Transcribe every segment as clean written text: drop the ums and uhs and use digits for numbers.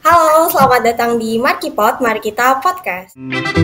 Halo, selamat datang di Markipod, mari kita podcast.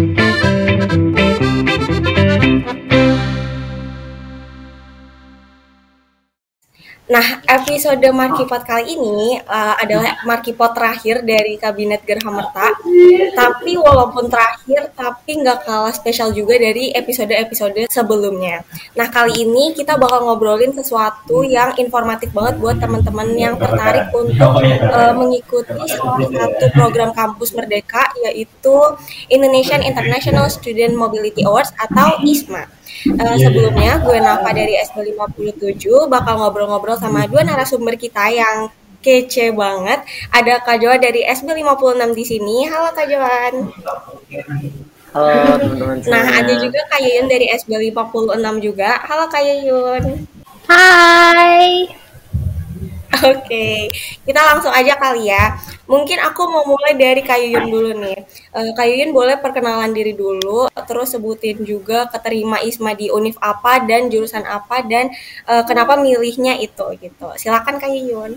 Nah, episode Markipod kali ini adalah Markipod terakhir dari Kabinet Gerha Merta. Tapi walaupun terakhir, tapi nggak kalah spesial juga dari episode-episode sebelumnya. Nah, kali ini kita bakal ngobrolin sesuatu yang informatif banget buat teman-teman yang tertarik untuk mengikuti salah satu program kampus Merdeka, yaitu Indonesian International Student Mobility Awards atau ISMA. Sebelumnya, gue Nafa dari SB57 bakal ngobrol-ngobrol sama dua narasumber kita yang kece banget. Ada Kak Joan dari SB56 di sini. Halo Kak Joan. Halo teman-teman Nah, semuanya. ada juga Kak Yuyun dari SB56 juga. Halo Kak Yuyun. Hai. Oke, kita langsung aja kali ya. Mungkin aku mau mulai dari Kak Yuyun dulu nih. Kak Yuyun boleh perkenalan diri dulu, terus sebutin juga keterima ISMA di univ apa dan jurusan apa dan kenapa milihnya itu gitu. Silakan Kak Yuyun.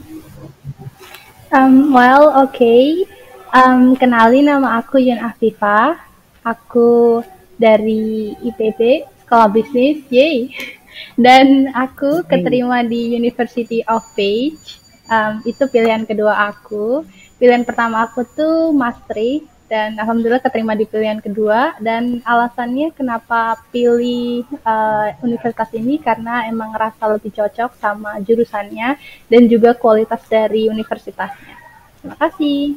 Okay. Kenalin nama aku Yun Afifah. Aku dari IPB, Sekolah Bisnis, yay. Dan aku keterima di University of Page. Itu pilihan kedua aku. Pilihan pertama aku tuh Maastricht, dan alhamdulillah keterima di pilihan kedua. Dan alasannya kenapa pilih universitas ini karena emang ngerasa lebih cocok sama jurusannya dan juga kualitas dari universitasnya. Terima kasih.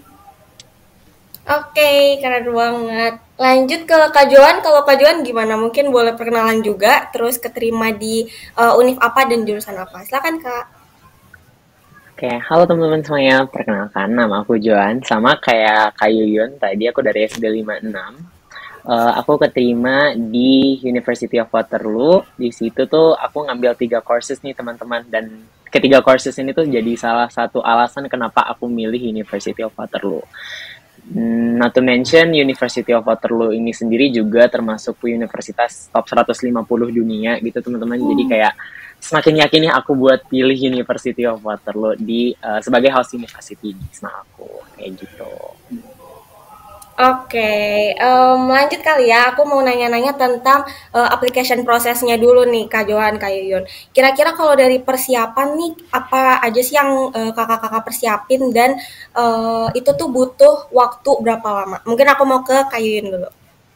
Oke, keren banget. Lanjut ke Kak Joan. Kalau Kak Joan gimana? Mungkin boleh perkenalan juga, terus keterima di univ apa dan jurusan apa. Silakan Kak. Oke, halo teman-teman semuanya. Perkenalkan, nama aku Joan. Sama kayak Kak Yuyun, tadi aku dari SD56. Aku keterima di University of Waterloo. Di situ tuh aku ngambil 3 courses nih teman-teman. Dan ketiga courses ini tuh jadi salah satu alasan kenapa aku milih University of Waterloo. Not to mention University of Waterloo ini sendiri juga termasuk universitas top 150 dunia gitu teman-teman. Jadi kayak semakin yakin nih aku buat pilih University of Waterloo di sebagai host university di ISMA aku kayak gitu. Oke, lanjut kali ya. Aku mau nanya-nanya tentang application prosesnya dulu nih, Kak Johan, Kak Yuyun. Kira-kira kalau dari persiapan nih, apa aja sih yang kakak-kakak persiapin dan itu tuh butuh waktu berapa lama? Mungkin aku mau ke Kak Yuyun dulu.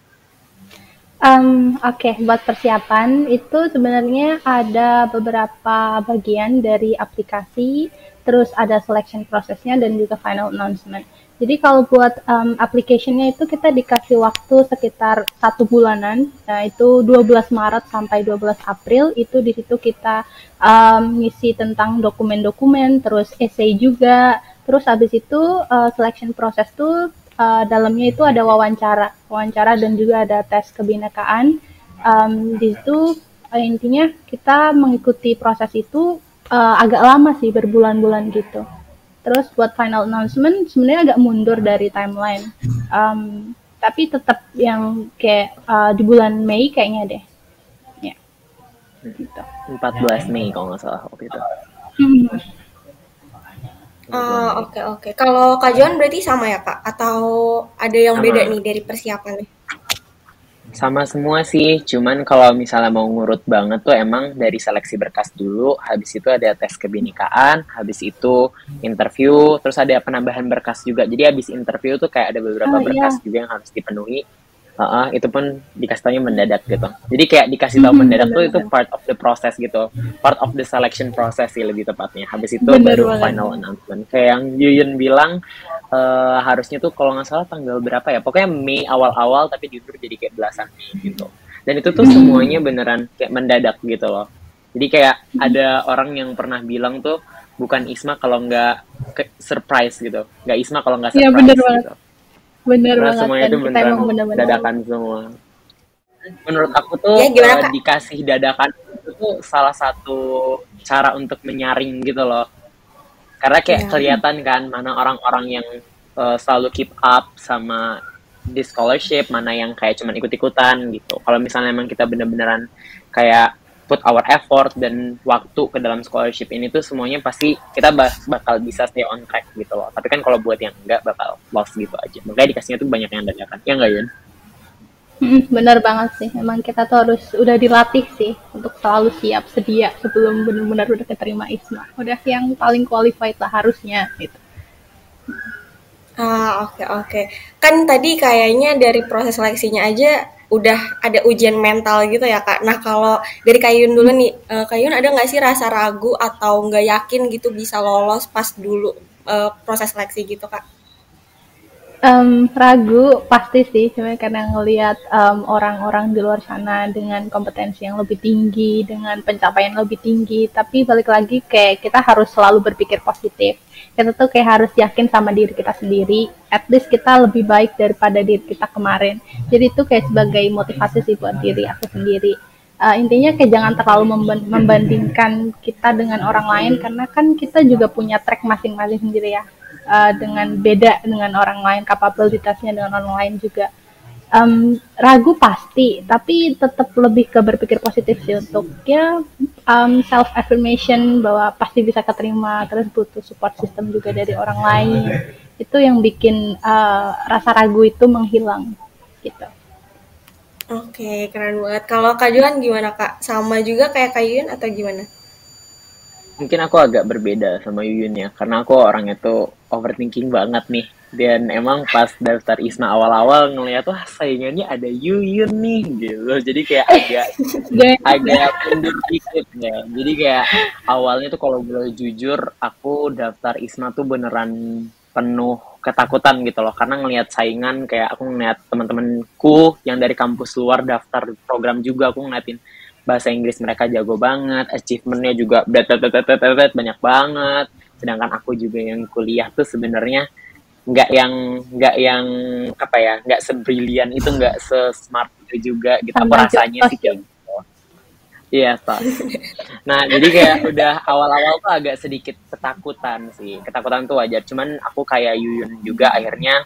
Oke, buat persiapan itu sebenarnya ada beberapa bagian dari aplikasi, terus ada selection prosesnya dan juga final announcement. Jadi kalau buat application-nya itu kita dikasih waktu sekitar 1 bulanan, nah itu 12 Maret sampai 12 April, itu di situ kita ngisi tentang dokumen-dokumen, terus essay juga, terus habis itu selection proses tuh dalamnya itu ada wawancara dan juga ada tes kebinekaan. Di situ intinya kita mengikuti proses itu agak lama sih, berbulan-bulan gitu. Terus buat final announcement sebenarnya agak mundur dari timeline, tapi tetap yang kayak di bulan Mei kayaknya deh. Ya, gitu. 14 Mei kalau nggak salah waktu itu. Oke. Kalau Kak Johan berarti sama ya Kak? Atau ada yang beda Sama. nih dari persiapannya? Sama semua sih, cuman kalau misalnya mau ngurut banget tuh emang dari seleksi berkas dulu, habis itu ada tes kebinekaan, habis itu interview, terus ada penambahan berkas juga. Jadi habis interview tuh kayak ada beberapa berkas juga yang harus dipenuhi. Itu pun dikasih taunya mendadak gitu. Jadi kayak dikasih tahu mendadak tuh itu part of the process gitu. Part of the selection process sih lebih tepatnya. Habis itu baru final announcement. Kayak yang Yuyun bilang, harusnya tuh kalau nggak salah tanggal berapa ya, pokoknya Mei awal-awal tapi diundur jadi kayak belasan Mei gitu. Dan itu tuh semuanya beneran kayak mendadak gitu loh. Jadi kayak ada orang yang pernah bilang tuh bukan ISMA kalau nggak surprise gitu, nggak ISMA kalau nggak surprise bener gitu. Bener Karena banget, semuanya dan itu kita beneran emang bener-bener dadakan semua. Menurut aku tuh Ya gimana Kak? dikasih dadakan itu tuh salah satu cara untuk menyaring gitu loh. Karena kayak kelihatan kan mana orang-orang yang selalu keep up sama di scholarship, mana yang kayak cuman ikut-ikutan gitu. Kalau misalnya emang kita bener-beneran kayak put our effort dan waktu ke dalam scholarship ini tuh semuanya pasti kita bakal bisa stay on track gitu loh. Tapi kan kalau buat yang enggak bakal lost gitu aja. Makanya dikasihnya tuh banyak yang dadakan. Ya enggak, Yun? Benar banget sih. Emang kita tuh harus udah dilatih sih untuk selalu siap sedia sebelum benar-benar udah keterima ISMA. Udah yang paling qualified lah harusnya gitu. Oke oke. Kan tadi kayaknya dari proses seleksinya aja udah ada ujian mental gitu ya, Kak. Nah, kalau dari Kayun dulu nih, Kayun ada nggak sih rasa ragu atau nggak yakin gitu bisa lolos pas dulu proses seleksi gitu, Kak? Ragu pasti sih, cuma karena ngelihat orang-orang di luar sana dengan kompetensi yang lebih tinggi, dengan pencapaian lebih tinggi. Tapi balik lagi kayak kita harus selalu berpikir positif. Kita tuh kayak harus yakin sama diri kita sendiri. At least kita lebih baik daripada diri kita kemarin. Jadi itu kayak sebagai motivasi sih buat diri aku sendiri. Intinya kayak jangan terlalu membandingkan kita dengan orang lain karena kan kita juga punya track masing-masing sendiri ya. Dengan beda dengan orang lain, kapabilitasnya dengan orang lain juga. Ragu pasti, tapi tetap lebih ke berpikir positif sih untuk ya self affirmation bahwa pasti bisa keterima, terus butuh support system juga dari orang lain. Itu yang bikin rasa ragu itu menghilang gitu. Oke, keren banget. Kalau Kak Johan gimana, Kak? Sama juga kayak Kak Yun atau gimana? Mungkin aku agak berbeda sama Yuyun ya, karena aku orangnya tuh overthinking banget nih. Dan emang pas daftar ISMA awal-awal ngeliat wah saingannya ada Yuyun nih gitu. Jadi kayak agak mundur dikit ya. Jadi kayak awalnya tuh kalau boleh jujur aku daftar ISMA tuh beneran penuh ketakutan gitu loh, karena ngelihat saingan kayak aku ngeliat teman-temanku yang dari kampus luar daftar program juga, aku ngeliatin bahasa Inggris mereka jago banget, achievementnya juga banyak banget. Sedangkan aku juga yang kuliah tuh sebenarnya nggak yang apa ya, nggak sebrilian itu, nggak se-smart itu juga gitu. Aku rasanya sih kayak gitu. Iya, toh. Nah, jadi kayak udah awal-awal tuh agak sedikit ketakutan sih. Ketakutan tuh wajar. Cuman aku kayak Yuyun juga akhirnya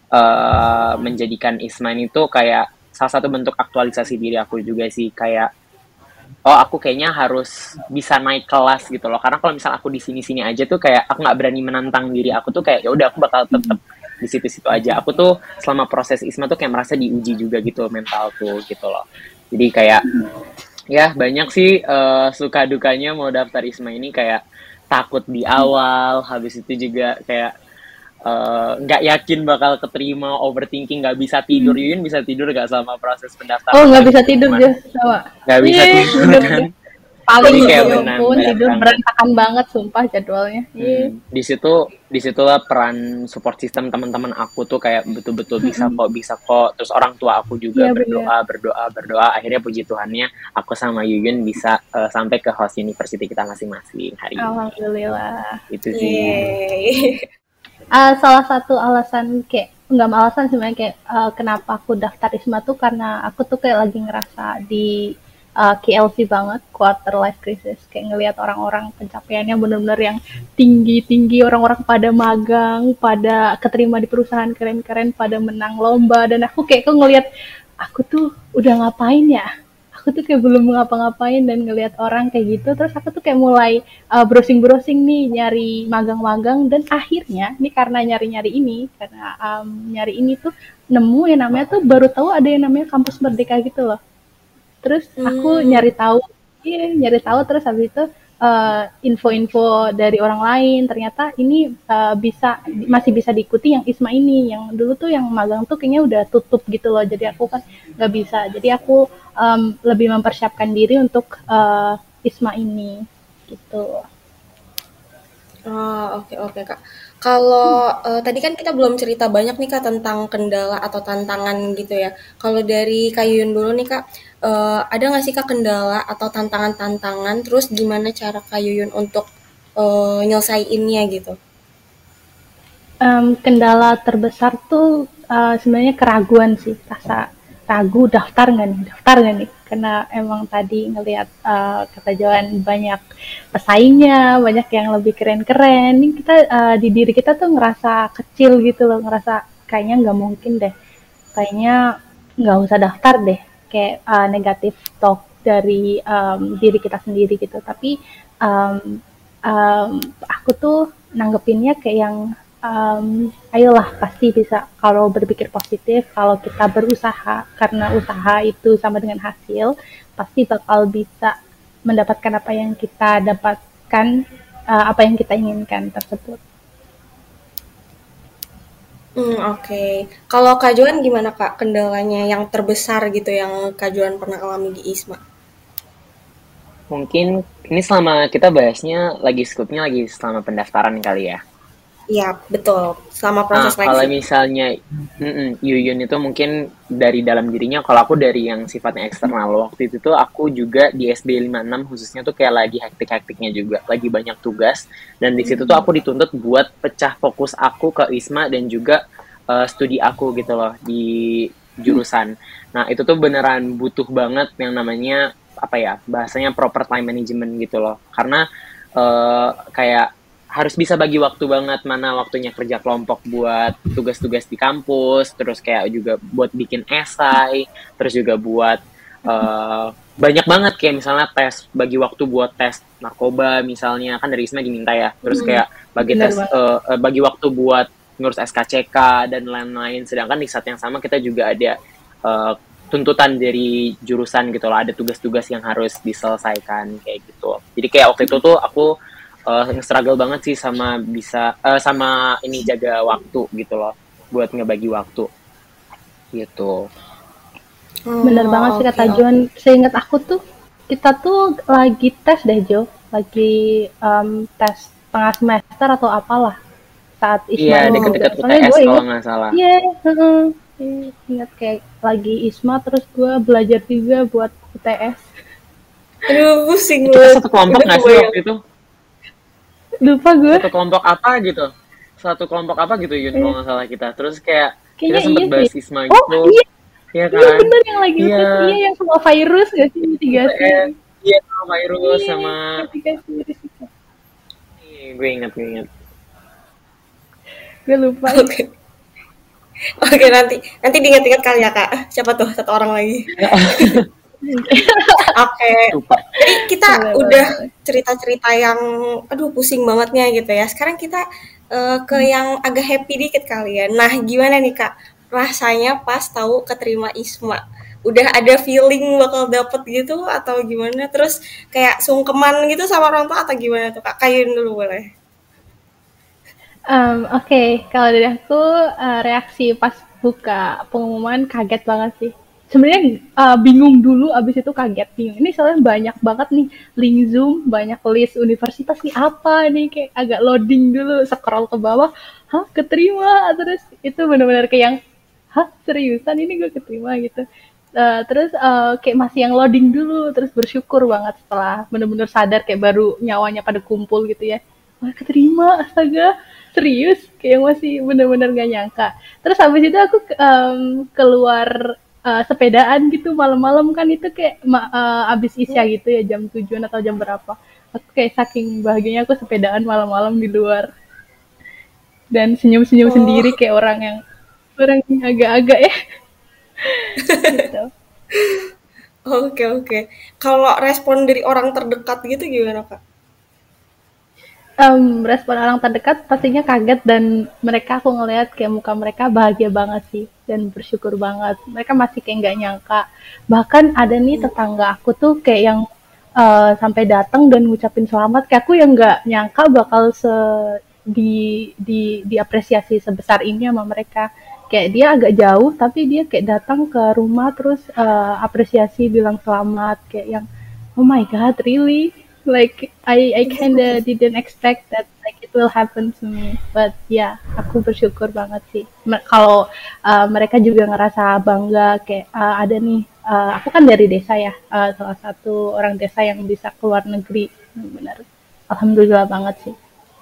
menjadikan Isman itu kayak salah satu bentuk aktualisasi diri aku juga sih, kayak oh aku kayaknya harus bisa naik kelas gitu loh, karena kalau misal aku di sini-sini aja tuh kayak aku nggak berani menantang diri aku tuh, kayak ya udah aku bakal tetap di situ-situ aja. Aku tuh selama proses ISMA tuh kayak merasa diuji juga gitu mental tuh gitu loh. Jadi kayak ya banyak sih suka dukanya mau daftar ISMA ini, kayak takut di awal, habis itu juga kayak nggak yakin bakal keterima, overthinking, nggak bisa tidur. Yuyun bisa tidur nggak sama proses pendaftaran? Oh, nggak bisa tidur dia sama. Nggak bisa tidur kan? Paling kayak ya ampun, tidur berantakan banget sumpah jadwalnya. Disitulah peran support system teman-teman aku tuh kayak betul-betul bisa kok. Terus orang tua aku juga berdoa. Akhirnya puji Tuhannya aku sama Yuyun bisa sampai ke host university kita masing-masing hari ini. Alhamdulillah. Itu sih. Salah satu alasan kayak nggak alasan sebenarnya kayak kenapa aku daftar ISMA tuh karena aku tuh kayak lagi ngerasa di KLC banget, quarter life crisis, kayak ngelihat orang-orang pencapaiannya benar-benar yang tinggi-tinggi, orang-orang pada magang, pada keterima di perusahaan keren-keren, pada menang lomba, dan aku kayak ngelihat aku tuh udah ngapain ya, aku tuh kayak belum ngapa-ngapain, dan ngelihat orang kayak gitu, terus aku tuh kayak mulai browsing-browsing nih, nyari magang-magang, dan akhirnya nih karena nyari nyari ini tuh nemu yang namanya tuh baru tahu ada yang namanya kampus Merdeka gitu loh. Terus aku nyari tahu terus habis itu info-info dari orang lain, ternyata ini masih bisa diikuti yang ISMA ini, yang dulu tuh yang magang tuh kayaknya udah tutup gitu loh, jadi aku kan nggak bisa, jadi aku lebih mempersiapkan diri untuk ISMA ini gitu. Oke Kak. Kalau tadi kan kita belum cerita banyak nih Kak tentang kendala atau tantangan gitu ya. Kalau dari Kak Yuyun dulu nih Kak, ada nggak sih Kak kendala atau tantangan-tantangan? Terus gimana cara Kak Yuyun untuk nyelesainnya gitu? Kendala terbesar tuh sebenarnya keraguan sih, rasa ragu daftar nggak nih, karena emang tadi ngelihat kata Johan banyak pesaingnya, banyak yang lebih keren-keren. Ini kita di diri kita tuh ngerasa kecil gitu loh, ngerasa kayaknya nggak mungkin deh, kayaknya nggak usah daftar deh, kayak negatif talk dari diri kita sendiri gitu. Tapi um, aku tuh nanggepinnya kayak yang ayolah pasti bisa kalau berpikir positif, kalau kita berusaha, karena usaha itu sama dengan hasil, pasti bakal bisa mendapatkan apa yang kita dapatkan, apa yang kita inginkan tersebut. Oke. Kalau Kak Joan gimana Kak kendalanya yang terbesar gitu yang Kak Joan pernah alami di ISMA? Mungkin ini selama kita bahasnya lagi skupnya lagi selama pendaftaran kali ya. Iya, betul. Selama Ah, proses kalau seleksi. misalnya Yuyun itu mungkin dari dalam dirinya, kalau aku dari yang sifatnya eksternal. Waktu itu tuh aku juga di SB 56 khususnya tuh kayak lagi hektik-hektiknya juga, lagi banyak tugas. Dan di situ tuh aku dituntut buat pecah fokus aku ke ISMA dan juga studi aku gitu loh di jurusan. Nah itu tuh beneran butuh banget yang namanya apa ya bahasanya proper time management gitu loh. Karena kayak harus bisa bagi waktu banget mana waktunya kerja kelompok buat tugas-tugas di kampus, terus kayak juga buat bikin esai, terus juga buat banyak banget kayak misalnya tes, bagi waktu buat tes narkoba misalnya kan dari ISMA diminta ya, terus kayak bagi Benar tes banget. bagi waktu buat ngurus SKCK dan lain-lain. Sedangkan di saat yang sama kita juga ada tuntutan dari jurusan gitu loh, ada tugas-tugas yang harus diselesaikan kayak gitu. Jadi kayak waktu itu tuh aku nge-struggle banget sih sama bisa sama ini jaga waktu gitu loh buat ngebagi waktu gitu. Bener banget sih Oke, kata oke. John. Seingat aku tuh kita tuh lagi tes deh Jo, lagi tes tengah semester atau apalah saat Iya, ISMA ini juga. deket-deket Soalnya UTS gue kalau inget, nggak salah. iya, heeh. Iya, ingat kayak lagi ISMA terus gue belajar juga buat UTS. Aduh, pusing Kita banget. satu kelompok Udah nggak sih kebayang. waktu itu? Lupa gue. Satu kelompok apa gitu? Satu kelompok apa gitu Yun kalau Eh, nggak salah kita. Terus kayak kita kayaknya sempet iya sih. bahas ISMA Oh gitu. iya, Iya iya kan? bener yang lagi UTS. Iya Iya, yang sama virus gak sih mitigasi? UTS. Iya, sama virus Iya, sama mitigasi risiko. gue ingat. Gue lupa. Oke. Oke, nanti nanti diingat-ingat kali ya, Kak. Siapa tuh satu orang lagi. Oke. Lupa. Tadi kita Boleh, boleh, udah boleh. cerita-cerita yang aduh pusing bangetnya gitu ya. Sekarang kita ke yang agak happy dikit kali ya. Nah, gimana nih Kak? Rasanya pas tahu keterima ISMA? Udah ada feeling bakal dapet gitu atau gimana? Terus kayak sungkeman gitu sama orang tua atau gimana tuh Kak? Kayun dulu boleh. Oke, kalau dari aku reaksi pas buka pengumuman kaget banget sih. Sebenarnya bingung dulu, abis itu kaget bingung. Ini soalnya banyak banget nih link Zoom, banyak list universitas nih apa nih kayak agak loading dulu, scroll ke bawah, hah keterima, terus itu benar-benar kayak yang hah seriusan ini gue keterima gitu. Terus kayak masih yang loading dulu, terus bersyukur banget setelah bener-bener sadar kayak baru nyawanya pada kumpul gitu ya. Wah keterima, astaga, serius, kayak masih bener-bener gak nyangka. Terus habis itu aku keluar sepedaan gitu malam-malam kan itu kayak abis isya gitu ya jam 7 atau jam berapa. Aku kayak saking bahagianya aku sepedaan malam-malam di luar dan senyum-senyum Oh, sendiri kayak orang yang agak-agak ya gitu. oke oke. Kalau respon dari orang terdekat gitu gimana Kak? Respon orang terdekat pastinya kaget dan mereka aku ngelihat kayak muka mereka bahagia banget sih dan bersyukur banget. Mereka masih kayak nggak nyangka. Bahkan ada nih tetangga aku tuh kayak yang sampai datang dan ngucapin selamat. Kayak aku yang nggak nyangka bakal diapresiasi sebesar ini sama mereka. Kayak dia agak jauh tapi dia kayak datang ke rumah terus apresiasi bilang selamat kayak yang oh my god really like I kinda didn't expect that like it will happen to me but yeah aku bersyukur banget sih kalau mereka juga ngerasa bangga kayak ada nih aku kan dari desa ya salah satu orang desa yang bisa keluar negeri benar alhamdulillah banget sih.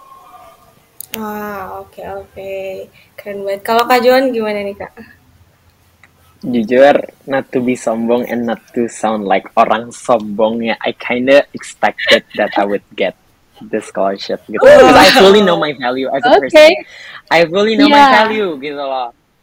Oke oke. Keren banget. Kalau Kak Joan gimana nih Kak? Jujur, not to be sombong and not to sound like orang sombong ya, I kinda expected that I would get the scholarship gitu. Because I fully know Wow. my value as a Oke, person. I fully know my iya value gitu loh.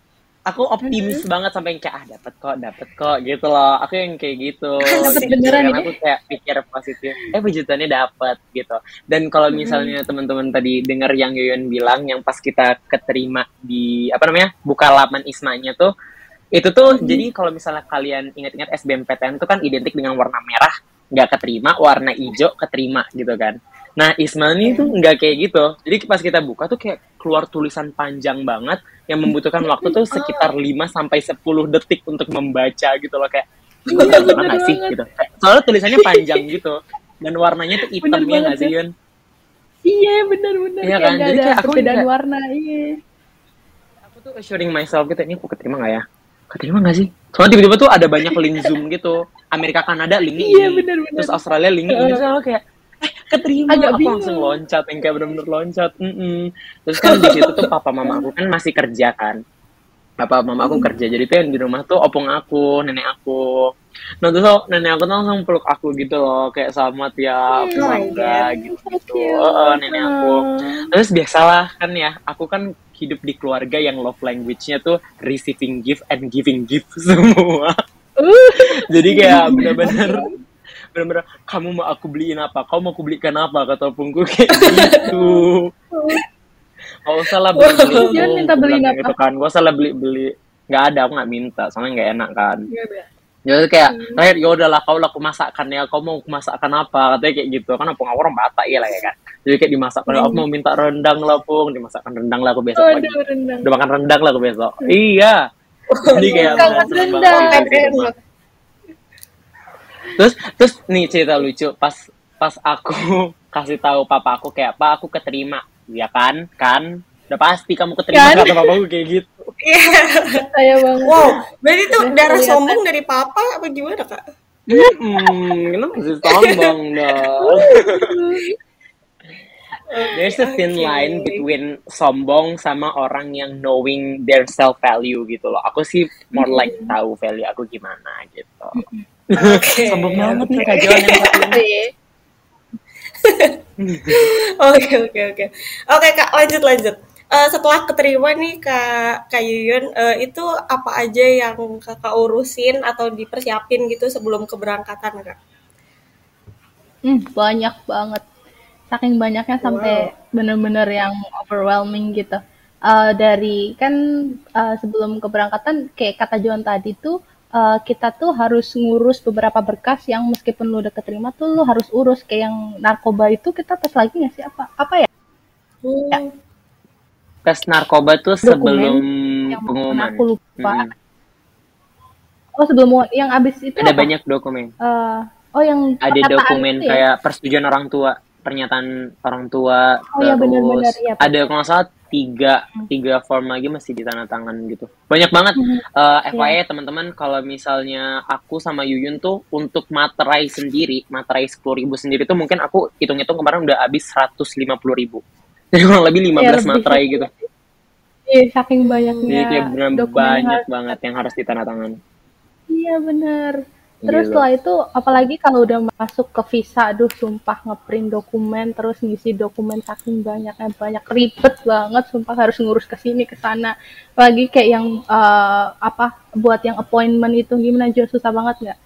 aku optimis banget sampai yang kayak dapet kok gitu loh. Aku yang kayak gitu. Dapat Gitu. beneran Karena ya? aku kayak pikir positif. Puji Tuhannya dapet gitu. Dan kalau misalnya teman-teman tadi dengar yang Yuyun bilang yang pas kita keterima di apa namanya buka laman ISMA-nya tuh itu tuh jadi kalau misalnya kalian ingat-ingat SBMPTN itu kan identik dengan warna merah nggak keterima, warna hijau keterima gitu kan. Nah, Isma ini tuh nggak kayak gitu. Jadi pas kita buka tuh kayak keluar tulisan panjang banget yang membutuhkan waktu tuh sekitar 5 sampai 10 detik untuk membaca gitu loh kayak Iya, bener bener nggak sih banget. gitu. Soalnya tulisannya panjang gitu dan warnanya tuh Bener hitam ya banget nggak sih ya. Yun? Iya, bener-bener Iya kayak kan? nggak Jadi ada kayak aku perbedaan kayak warna. Iya. aku tuh assuring myself gitu ini aku keterima nggak ya? Keterima nggak sih? Soalnya tiba-tiba tuh ada banyak link Zoom gitu. Amerika Kanada linknya Iya, ini, bener-bener. terus Australia linknya ini, terus aku kayak keterima, Agak aku langsung bingung. loncat yang kayak bener-bener loncat. Terus kan di situ tuh papa mama aku kan masih kerja kan, papa mama aku kerja, jadi tuh yang di rumah tuh opung aku, nenek aku. Nah terus nenek aku tuh langsung peluk aku gitu loh, kayak selamat ya, aku Oh my bangga god. gitu So gitu. cute. Nenek aku. Terus biasalah kan ya, aku kan hidup di keluarga yang love language-nya tuh receiving gift and giving gift semua. Jadi kayak bener-bener kamu mau aku beliin apa, kamu mau aku belikan apa, kata opungku kayak gitu. Gak usah lah beli-beli itu, Jangan minta aku bilang beliin kayak apa? gitu kan, gak usah lah beli-beli. Gak ada, aku gak minta, soalnya gak enak kan. Iya, Bel. Jadi kayak, terakhir ya udahlah kau lah aku masakkan ya, kau mau aku masakkan apa, katanya kayak gitu. Kan opung aku orang Batak ya lah ya kan. Jadi kayak dimasakkan, aku mau minta rendang lah opung, dimasakkan rendang lah aku besok pagi. Aduh, rendang. Udah makan rendang lah aku besok. Iya. Jadi kayak Sangat seneng rendang. banget gitu di rumah. Terus nih cerita lucu pas aku kasih tahu papa aku kayak pak aku keterima ya kan udah pasti kamu keterima Kan? kata papa aku kayak gitu. Iya. Saya banget. Wow, berarti tuh Udah darah kelihatan. sombong dari papa apa gimana, Kak? Kenapa sih sombong dong? There's a thin Oke. line between sombong sama orang yang knowing their self value gitu loh. Aku sih more like tahu value aku gimana gitu. Oke. Sombong banget nih Kak Joan yang satu ini. Iya. Oke. Oke, Kak, lanjut. Setelah keterima nih Kak Yuyun, itu apa aja yang Kakak urusin atau dipersiapin gitu sebelum keberangkatan, Kak? Banyak banget. Saking banyaknya sampai bener-bener yang overwhelming gitu. Dari kan sebelum keberangkatan kayak kata Joan tadi tuh kita tuh harus ngurus beberapa berkas yang meskipun lu udah keterima tuh lu harus urus kayak yang narkoba itu kita tes lagi nggak sih apa ya Hmm. Tes narkoba tuh dokumen sebelum yang mana pengumuman. aku lupa. Oh sebelum yang abis itu Ada apa? banyak dokumen. Oh yang Ada perkataan dokumen itu ya? kayak persetujuan orang tua, pernyataan orang tua, Oh iya benar-benar terus iya. ada kalau nggak salah tiga form lagi masih ditandatangan gitu. Banyak banget. FYI teman-teman, kalau misalnya aku sama Yuyun tuh untuk materai 10.000 sendiri tuh mungkin aku hitung-hitung kemarin udah habis 150.000. Jadi kurang lebih 15 lebih materai sih. gitu. Iya saking banyaknya Jadi kayak benar dokumen yang banyak harus- banget yang harus ditandatangan. Iya benar. Terus Gitu. setelah itu apalagi kalau udah masuk ke visa, aduh sumpah ngeprint dokumen terus ngisi dokumen saking banyaknya banyak ribet banget, sumpah harus ngurus ke sini ke sana. Apalagi kayak yang buat yang appointment itu gimana Jo, susah banget nggak?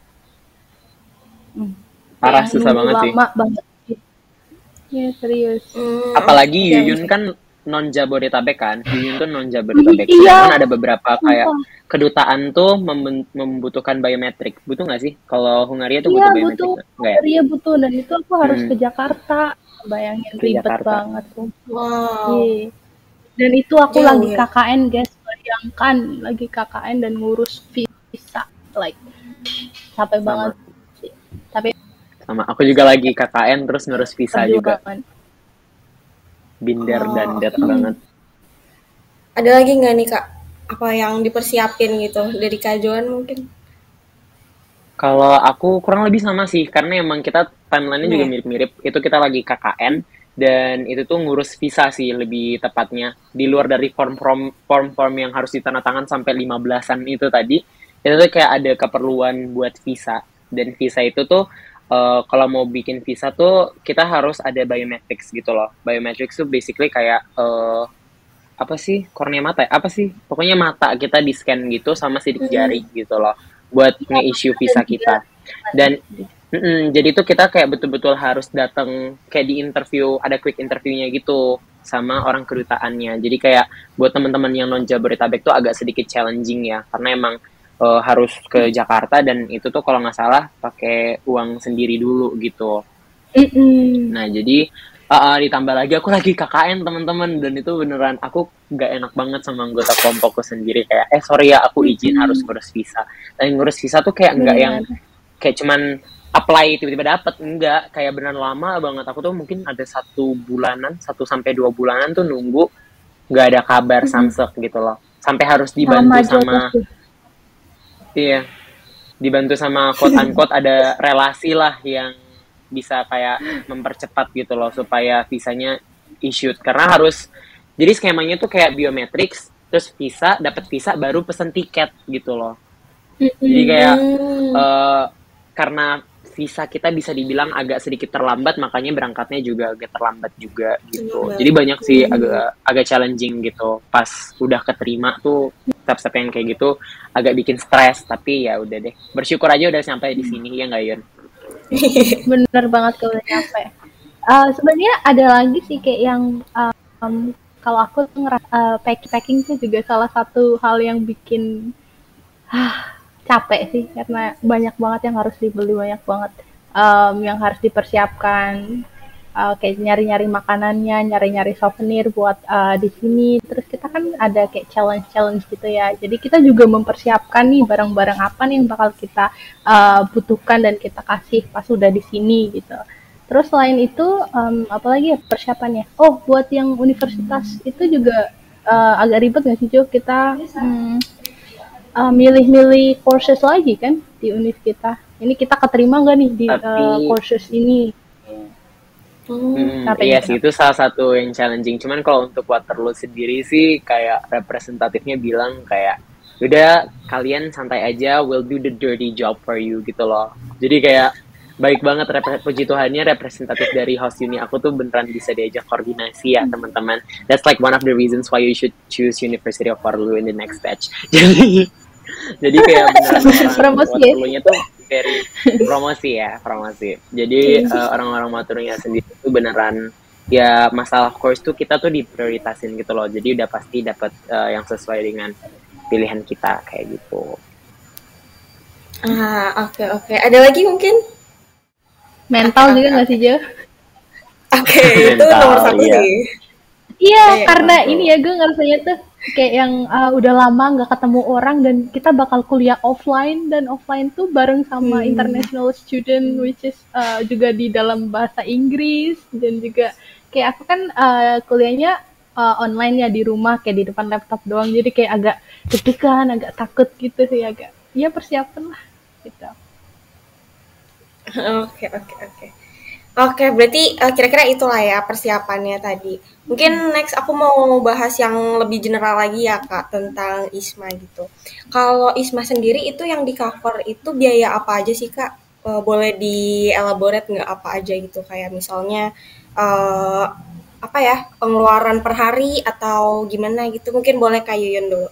Parah, Kayak susah nunggu banget sih. lama banget. Iya serius. Apalagi Oke. Yuyun kan non Jabodetabek kan. Yuyun tuh non Jabodetabek. Iya. Sedangkan ada beberapa kayak Sumpah. kedutaan tuh membutuhkan biometrik. Butuh nggak sih? Kalau Hungaria tuh Iya butuh biometrik butuh, nggak ya? iya butuh dan itu aku harus ke Jakarta. Bayangin Ke ribet Jakarta. banget tuh. Wow. Iya. Dan itu aku Jauh lagi ya? KKN guys, bayangkan lagi KKN dan ngurus visa, like capek banget sih. Tapi Sama aku juga lagi KKN terus ngurus visa juga. perjuangan. Binder dan dat banget. Ada lagi nggak nih Kak? Apa yang dipersiapin gitu dari Kak Joan mungkin? Kalau aku kurang lebih sama sih, karena emang kita timeline-nya juga Iya. mirip-mirip. Itu kita lagi KKN, dan itu tuh ngurus visa sih lebih tepatnya. Di luar dari form-form yang harus ditandatangan sampai 15-an itu tadi, itu tuh kayak ada keperluan buat visa. Dan visa itu tuh, kalau mau bikin visa tuh, kita harus ada biometrics gitu loh. Biometrics tuh basically kayak apa sih kornea mata ya? Apa sih pokoknya mata kita di scan gitu sama sidik jari gitu loh buat nge-issue visa kita. Dan jadi tuh kita kayak betul-betul harus datang kayak di interview, ada quick interviewnya gitu sama orang kedutaannya. Jadi kayak buat teman-teman yang non Jabodetabek tuh agak sedikit challenging ya, karena emang harus ke Jakarta dan itu tuh kalau nggak salah pakai uang sendiri dulu gitu. Nah jadi ditambah lagi aku lagi KKN teman-teman, dan itu beneran aku nggak enak banget sama anggota kelompokku sendiri kayak sorry ya aku izin harus ngurus visa. Dan ngurus visa tuh kayak nggak yang kayak cuman apply tiba-tiba dapet, enggak, kayak beneran lama banget. Aku tuh mungkin ada 1 sampai 2 bulanan tuh nunggu nggak ada kabar samsek gitu loh, sampai harus dibantu sama iya, dibantu sama quote unquote ada relasi lah yang bisa kayak mempercepat gitu loh supaya visanya issued, karena harus jadi skemanya tuh kayak biometrics terus visa, dapat visa baru pesen tiket gitu loh. Jadi kayak karena visa kita bisa dibilang agak sedikit terlambat, makanya berangkatnya juga agak terlambat juga gitu. Jadi banyak sih agak challenging gitu. Pas udah keterima tuh step-step yang kayak gitu agak bikin stres, tapi ya udah deh. Bersyukur aja udah sampai di sini ya nggak Yun? Bener banget kalau udah nyampe. Sebenarnya ada lagi sih kayak yang kalau aku ngerasa packing tuh juga salah satu hal yang bikin capek sih, karena banyak banget yang harus dibeli, banyak banget yang harus dipersiapkan, kayak nyari-nyari makanannya, nyari-nyari souvenir buat di sini. Terus kita kan ada kayak challenge gitu ya, jadi kita juga mempersiapkan nih barang-barang apa nih yang bakal kita butuhkan dan kita kasih pas udah di sini gitu. Terus selain itu apalagi ya persiapannya, buat yang universitas itu juga agak ribet nggak sih Jo, kita milih-milih courses lagi kan di univ kita. Ini kita keterima nggak nih di courses ini? Iya sih, itu salah satu yang challenging. Cuman kalau untuk Waterloo sendiri sih kayak representatifnya bilang kayak udah kalian santai aja, we'll do the dirty job for you gitu loh. Jadi kayak baik banget, puji Tuhannya representatif dari host uni aku tuh beneran bisa diajak koordinasi ya teman-teman. That's like one of the reasons why you should choose University of Waterloo in the next batch. Jadi kayak beneran Waterloo-nya tuh very promosi. Jadi orang-orang Waterloo-nya sendiri tuh beneran ya masalah course tuh kita tuh diprioritasin gitu loh. Jadi udah pasti dapat yang sesuai dengan pilihan kita kayak gitu. Oke. Ada lagi mungkin? Mental juga nggak sih Jo? Oke, itu nomor 1 iya. sih. Iya, karena ini ya gue ngerasanya tuh kayak yang udah lama nggak ketemu orang dan kita bakal kuliah offline, dan offline tuh bareng sama international student which is juga di dalam bahasa Inggris, dan juga kayak aku kan kuliahnya online ya di rumah kayak di depan laptop doang, jadi kayak agak deg-degan, agak takut gitu sih, agak ya persiapan lah gitu. Oke, berarti kira-kira itulah ya persiapannya tadi. Mungkin next aku mau bahas yang lebih general lagi ya Kak, tentang ISMA gitu. Kalau ISMA sendiri itu yang di cover itu biaya apa aja sih Kak? Boleh di-elaborate nggak apa aja gitu, kayak misalnya pengeluaran per hari atau gimana gitu. Mungkin boleh Kak Yuyun dulu.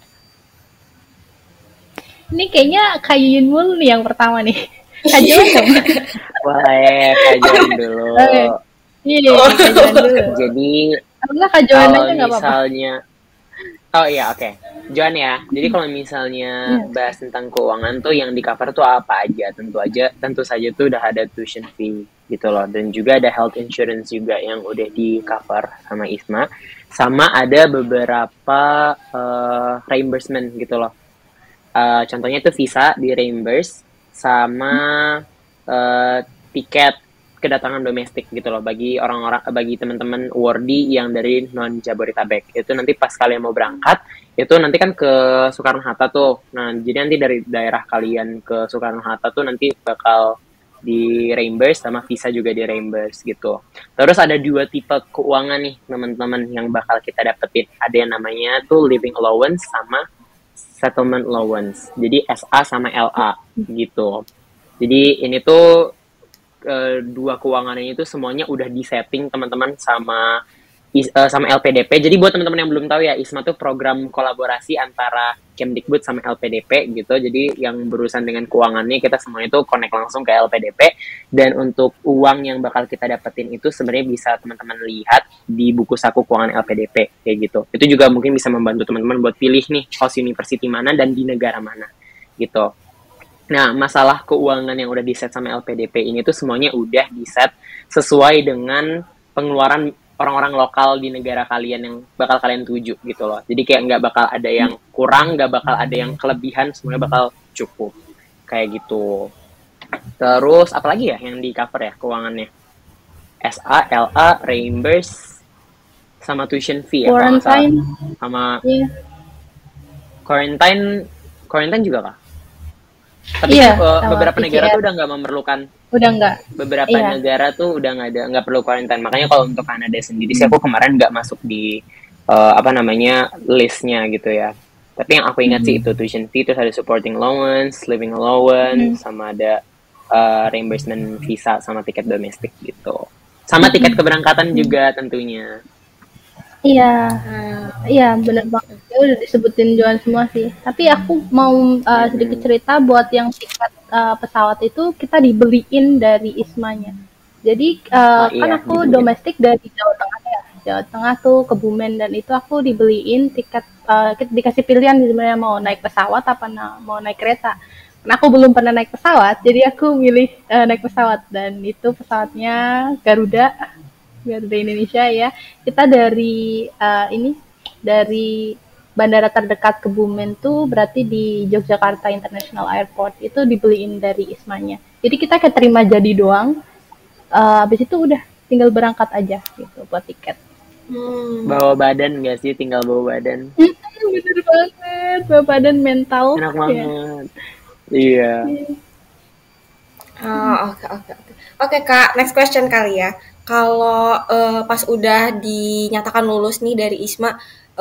Ini kayaknya Kak Yuyun mulu nih yang pertama nih. Kajuan dong. Boleh, kajuan dulu. Iya, kajuan dulu. Jadi kalau misalnya, oke. Joan ya. Jadi kalau misalnya bahas tentang keuangan tuh yang di cover tuh apa aja? Tentu saja tuh udah ada tuition fee gitu loh, dan juga ada health insurance juga yang udah di cover sama ISMA. Sama ada beberapa reimbursement gitu loh. Contohnya tuh visa di reimburse, sama tiket kedatangan domestik gitu loh bagi teman-teman awardee yang dari non Jabodetabek. Itu nanti pas kalian mau berangkat itu nanti kan ke Soekarno Hatta tuh. Nah, jadi nanti dari daerah kalian ke Soekarno Hatta tuh nanti bakal di reimburse, sama visa juga di reimburse gitu. Terus ada 2 tipe keuangan nih teman-teman yang bakal kita dapetin. Ada yang namanya tuh living allowance sama settlement allowance. Jadi SA sama LA gitu. Jadi ini tuh 2 keuangan ini tuh semuanya udah disetting teman-teman sama sama LPDP. Jadi buat teman-teman yang belum tahu ya, ISMA tuh program kolaborasi antara Kemdikbud sama LPDP gitu. Jadi yang berurusan dengan keuangannya kita semuanya tuh connect langsung ke LPDP. Dan untuk uang yang bakal kita dapetin itu sebenarnya bisa teman-teman lihat di buku saku keuangan LPDP kayak gitu. Itu juga mungkin bisa membantu teman-teman buat pilih nih host university mana dan di negara mana gitu. Nah, masalah keuangan yang udah di-set sama LPDP ini tuh semuanya udah di-set sesuai dengan pengeluaran orang-orang lokal di negara kalian yang bakal kalian tuju gitu loh. Jadi kayak nggak bakal ada yang kurang, nggak bakal ada yang kelebihan, semuanya bakal cukup. Kayak gitu. Terus, apalagi ya yang di-cover ya keuangannya? SA, LA, reimburse, sama tuition fee ya kalau nggak salah. Quarantine. Sama Iya. quarantine juga kah? Tapi Iya, kan sama beberapa negara PCR. tuh udah nggak memerlukan, Udah enggak? beberapa Iya. negara tuh udah nggak perlu quarantine. Makanya kalau untuk Kanada sendiri sih aku kemarin nggak masuk di apa namanya listnya gitu ya. Tapi yang aku ingat sih itu tuition fee, terus ada supporting allowance, living allowance, sama ada reimbursement visa sama tiket domestik gitu. Sama tiket keberangkatan juga tentunya. Iya, iya benar banget. Ya udah disebutin Joan semua sih. Tapi aku mau sedikit cerita buat yang tiket pesawat itu kita dibeliin dari ISMA-nya. Jadi Oh, kan iya, aku dibeliin. domestik dari Jawa Tengah ya. Jawa Tengah tuh Kebumen dan itu aku dibeliin tiket dikasih pilihan sebenarnya mau naik pesawat apa mau naik kereta. Karena aku belum pernah naik pesawat, jadi aku milih naik pesawat dan itu pesawatnya Garuda Indonesia ya. Kita dari dari bandara terdekat Kebumen tuh berarti di Yogyakarta International Airport itu dibeliin dari ISMA-nya. Jadi kita kayak terima jadi doang. Habis itu udah tinggal berangkat aja gitu buat tiket. Bawa badan nggak sih? Tinggal bawa badan. Bener banget, bawa badan mental. Enak Ya. banget. Iya. Oke, Kak, next question kali ya. Kalau pas udah dinyatakan lulus nih dari ISMA,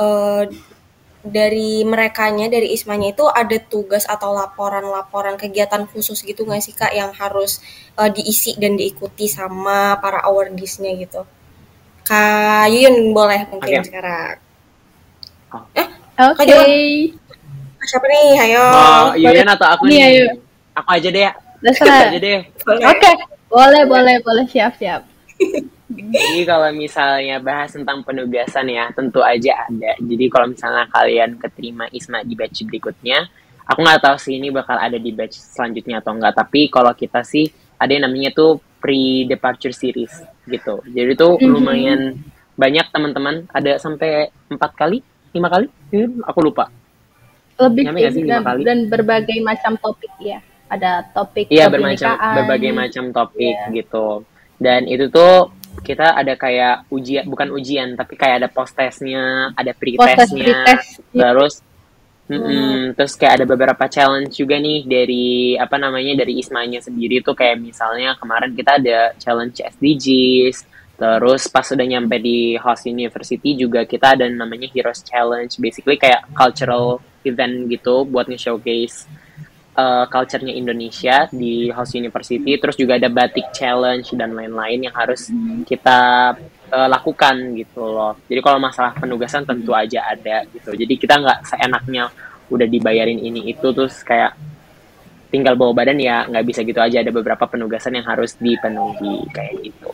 dari merekanya, dari ISMA-nya itu ada tugas atau laporan-laporan kegiatan khusus gitu nggak sih Kak yang harus diisi dan diikuti sama para awardees-nya gitu? Kak Yuyun boleh mungkin Oke. sekarang. Oke. Kak Yuyun, siapa nih? Ayo. Mau Yuyun atau aku Nih, nih? ayo. Aku aja deh. Terserah. Aku aja deh. Oke, boleh, siap. Jadi kalau misalnya bahas tentang penugasan ya, tentu aja ada. Jadi kalau misalnya kalian keterima ISMA di batch berikutnya, aku nggak tahu sih ini bakal ada di batch selanjutnya atau enggak. Tapi kalau kita sih ada yang namanya tuh pre-departure series gitu. Jadi tuh lumayan banyak teman-teman, ada sampai 4 kali, 5 kali, aku lupa. Lebih Nyampe nggak sih 5 kali? dan berbagai macam topik ya. Ada topik Iya, kebinekaan. berbagai macam topik gitu. Dan itu tuh kita ada kayak ujian, bukan ujian, tapi kayak ada post-testnya, ada pre-testnya, Post-test, pre-test. terus terus kayak ada beberapa challenge juga nih dari apa namanya dari ISMA-nya sendiri tuh kayak misalnya kemarin kita ada challenge SDGs, terus pas udah nyampe di host university juga kita ada namanya Heroes Challenge, basically kayak cultural event gitu buat nge-showcase culture-nya Indonesia di host university, terus juga ada batik challenge dan lain-lain yang harus kita lakukan gitu loh. Jadi kalau masalah penugasan tentu aja ada gitu. Jadi kita nggak seenaknya udah dibayarin ini itu terus kayak tinggal bawa badan ya, nggak bisa gitu aja. Ada beberapa penugasan yang harus dipenuhi kayak gitu.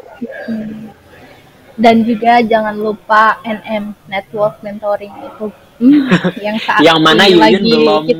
Dan juga jangan lupa NM Network Mentoring itu yang saat yang mana ini Yuyun lagi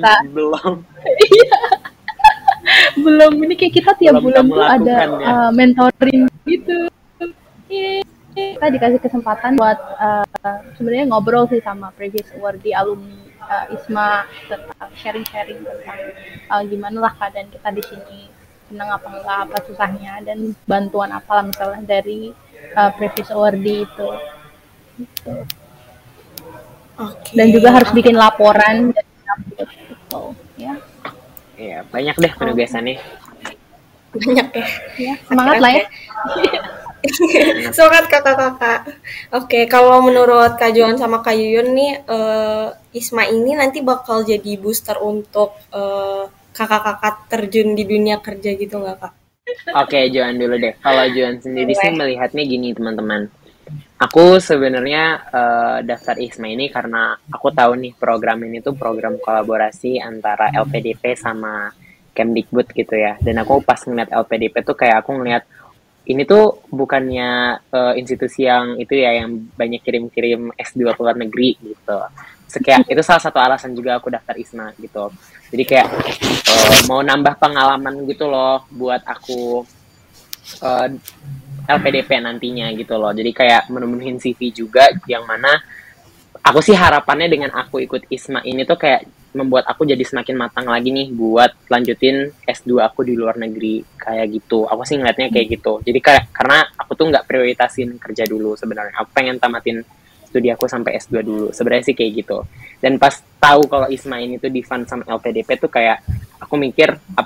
belum ini kayak kita tiap belum bulan tuh ada ya. mentoring gitu. Kita dikasih kesempatan buat sebenarnya ngobrol sih sama previous awardee alumni ISMA tentang sharing-sharing tentang gimana lah keadaan kita di sini, senang apa enggak, apa susahnya, dan bantuan apa misalnya dari previous awardee itu. Gitu. Okay. Dan juga harus bikin laporan dan gitu, ya. Iya, banyak deh penugasannya. Banyak ya. Ya, semangat lah ya. Semangat kakak-kakak. Oke, kalau menurut Kak Joan sama Kak Yuyun nih, ISMA ini nanti bakal jadi booster untuk kakak-kakak terjun di dunia kerja gitu nggak Kak? Oke, Joan dulu deh. Kalau Joan sendiri sih melihatnya gini teman-teman. Aku sebenarnya daftar ISMA ini karena aku tahu nih program ini tuh program kolaborasi antara LPDP sama Kemdikbud gitu ya. Dan aku pas ngeliat LPDP tuh kayak aku ngeliat ini tuh bukannya institusi yang itu ya yang banyak kirim-kirim S2 ke luar negeri gitu. Kayak itu salah satu alasan juga aku daftar ISMA gitu. Jadi kayak mau nambah pengalaman gitu loh buat aku eh, LPDP nantinya gitu loh. Jadi kayak menemuin CV juga yang mana aku sih harapannya dengan aku ikut ISMA ini tuh kayak membuat aku jadi semakin matang lagi nih buat lanjutin S2 aku di luar negeri kayak gitu. Aku sih ngeliatnya kayak gitu. Jadi kayak karena aku tuh nggak prioritasin kerja dulu sebenarnya. Aku pengen tamatin studi aku sampai S2 dulu. Sebenarnya sih kayak gitu. Dan pas tahu kalau ISMA ini tuh di fund sama LPDP tuh kayak aku mikir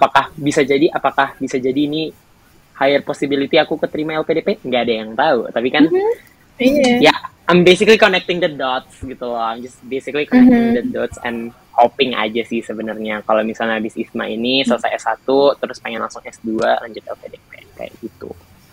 apakah bisa jadi ini higher possibility aku keterima LPDP? Nggak ada yang tahu. Tapi kan Iya. ya I'm basically connecting the dots gitu loh. I'm just basically connecting the dots and hoping aja sih sebenarnya kalau misalnya habis ISMA ini selesai S1 terus pengen langsung S2 lanjut LPDP kayak gitu.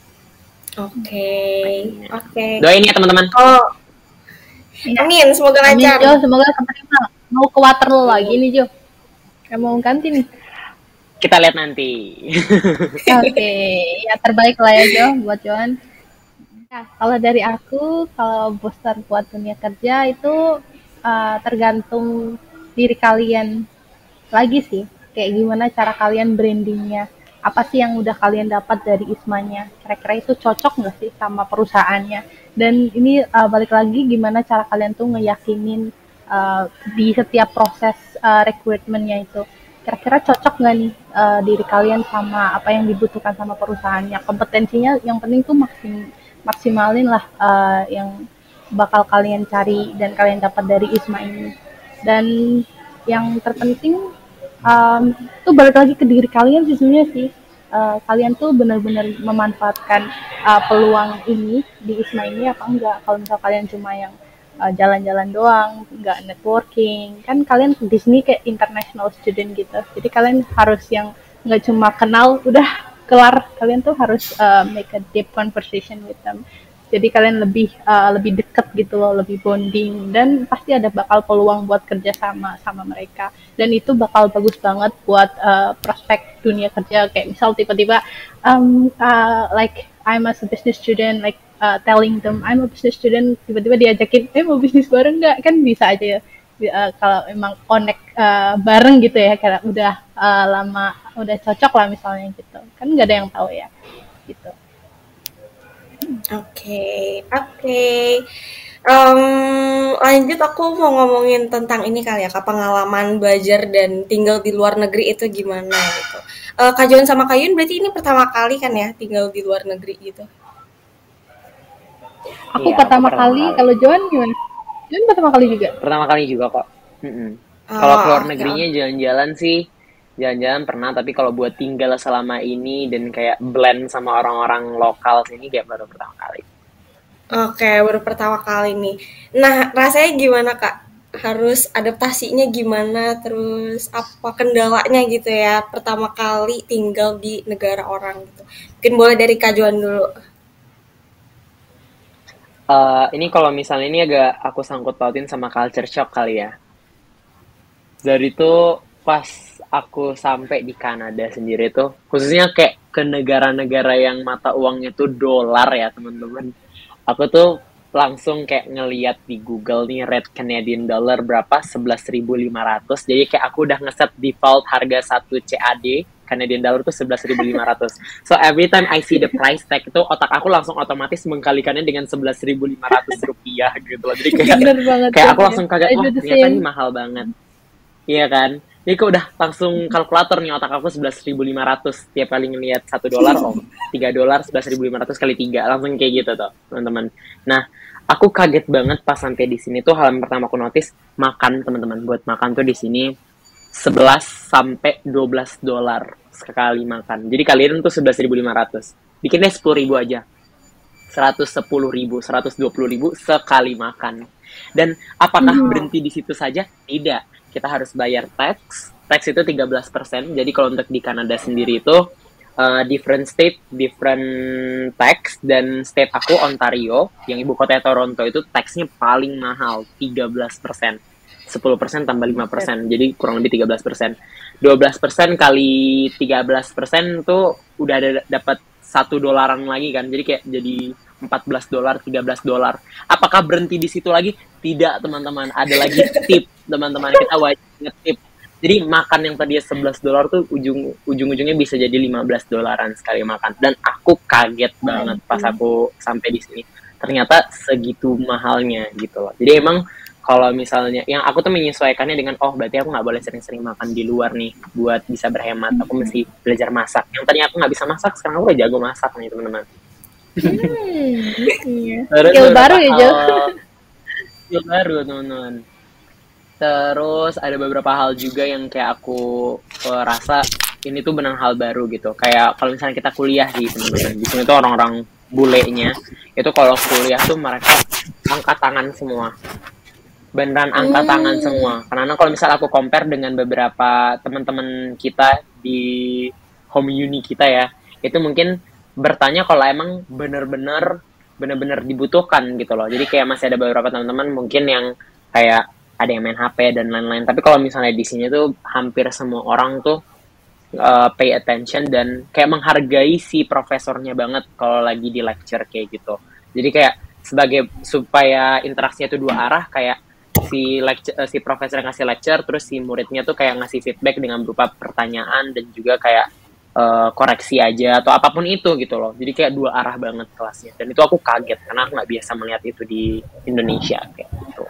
Oke. Doain ya teman-teman. Oh, amin, semoga Amin lancar. Jo, semoga keterima. Mau ke Waterloo lagi nih Jo. Mau ganti nih. Kita lihat nanti. Oke, ya terbaik lah ya Jo buat Johan. Nah, kalau dari aku, kalau booster buat dunia kerja itu tergantung diri kalian lagi sih. Kayak gimana cara kalian brandingnya. Apa sih yang udah kalian dapat dari ISMA-nya? Kira-kira itu cocok nggak sih sama perusahaannya? Dan ini balik lagi gimana cara kalian tuh ngeyakinin di setiap proses recruitment-nya itu. Kira-kira cocok nggak nih diri kalian sama apa yang dibutuhkan sama perusahaannya? Kompetensinya yang penting tuh maksimalin lah yang bakal kalian cari dan kalian dapat dari ISMA ini. Dan yang terpenting tuh balik lagi ke diri kalian sih sebenarnya sih. Kalian tuh benar-benar memanfaatkan peluang ini di ISMA ini apa enggak? Kalau misal kalian cuma yang jalan-jalan doang, nggak networking, kan kalian di sini kayak international student gitu. Jadi kalian harus yang nggak cuma kenal udah kelar, kalian tuh harus make a deep conversation with them. Jadi kalian lebih deket gitu loh, lebih bonding dan pasti ada bakal peluang buat kerja sama mereka. Dan itu bakal bagus banget buat prospek dunia kerja kayak misal tiba-tiba like I'm a business student like telling them I'm a business student tiba-tiba diajakin mau bisnis bareng nggak kan bisa aja ya. Kalau emang connect bareng gitu ya karena udah lama udah cocok lah misalnya gitu kan nggak ada yang tahu ya gitu. Oke. Lanjut aku mau ngomongin tentang ini kali ya, Kak, pengalaman belajar dan tinggal di luar negeri itu gimana gitu. Kak Johan sama Kak Yun berarti ini pertama kali kan ya tinggal di luar negeri gitu? Aku Iya, pertama kali. Kalau Johan gimana? Johan pertama kali juga. Pertama kali juga kok. Kalau keluar Oke, negerinya jalan-jalan sih, jalan-jalan pernah, tapi kalau buat tinggal selama ini dan kayak blend sama orang-orang lokal sini kayak baru pertama kali. Oke, baru pertama kali nih. Nah, rasanya gimana, Kak? Harus adaptasinya gimana? Terus apa kendalanya gitu ya? Pertama kali tinggal di negara orang gitu. Mungkin boleh dari Kak Johan dulu. Ini kalau misalnya ini agak aku sangkut pautin sama culture shock kali ya. Dari itu pas aku sampai di Kanada sendiri tuh, khususnya kayak ke negara-negara yang mata uangnya tuh dolar ya teman-teman. Aku tuh langsung kayak ngeliat di Google nih rate Canadian dollar berapa 11.500. Jadi kayak aku udah ngeset default harga 1 CAD Canadian dollar tuh 11.500. So every time I see the price tag itu otak aku langsung otomatis mengkalikannya dengan 11.500 rupiah gitu loh. Jadi kayak Bener banget. kayak aku langsung kaget, I wah do the ternyata same. ini mahal banget. Iya kan? Jadi kok udah langsung kalkulator nih otak aku 11.500 tiap kali ngelihat $1 $3 11.500 kali 3 langsung kayak gitu tuh teman-teman. Nah aku kaget banget pas sampai di sini tuh hal yang pertama aku notice makan teman-teman buat makan tuh di sini 11 sampai $12 sekali makan. Jadi kalian tuh 11.500 bikin deh 10.000 aja 110.000 120.000 sekali makan. Dan apakah berhenti di situ saja? Tidak, kita harus bayar tax. Tax itu 13%. Jadi kalau untuk di Kanada sendiri itu different state, different tax, dan state aku Ontario, yang ibu kotanya Toronto itu taxnya paling mahal, 13%. 10% tambah 5%, jadi kurang lebih 13%. 12% kali 13% tuh udah ada dapat $1 lagi kan, jadi kayak jadi $14, $13. Apakah berhenti di situ lagi? Tidak, teman-teman. Ada lagi tip, teman-teman. Kita wajib nge-tip. Jadi makan yang tadinya $11 tuh ujung-ujungnya bisa jadi $15 sekali makan. Dan aku kaget banget pas aku sampai di sini. Ternyata segitu mahalnya gitu loh. Jadi emang kalau misalnya yang aku tuh menyesuaikannya dengan berarti aku nggak boleh sering-sering makan di luar nih buat bisa berhemat. Aku mesti belajar masak. Yang tadinya aku nggak bisa masak, sekarang aku udah jago masak nih teman-teman. Iya. Terus Skill beberapa baru ya, Jo. skill baru teman-teman. Terus ada beberapa hal juga yang kayak aku rasa ini tuh benar hal baru gitu. Kayak kalau misalnya kita kuliah di teman-teman, di sini tuh orang-orang bulenya itu kalau kuliah tuh mereka angkat tangan semua. Beneran angkat tangan semua. Karena kalau misalnya aku compare dengan beberapa teman-teman kita di home uni kita ya, itu mungkin bertanya kalau emang bener-bener dibutuhkan gitu loh. Jadi kayak masih ada beberapa teman-teman mungkin yang kayak ada yang main HP dan lain-lain. Tapi kalau misalnya di sini tuh hampir semua orang tuh pay attention dan kayak menghargai si profesornya banget kalau lagi di lecture kayak gitu. Jadi kayak sebagai supaya interaksinya tuh dua arah, kayak si profesor yang ngasih lecture, terus si muridnya tuh kayak ngasih feedback dengan berupa pertanyaan dan juga kayak koreksi aja atau apapun itu gitu loh. Jadi kayak dua arah banget kelasnya. Dan itu aku kaget karena aku nggak biasa melihat itu di Indonesia kayak gitu.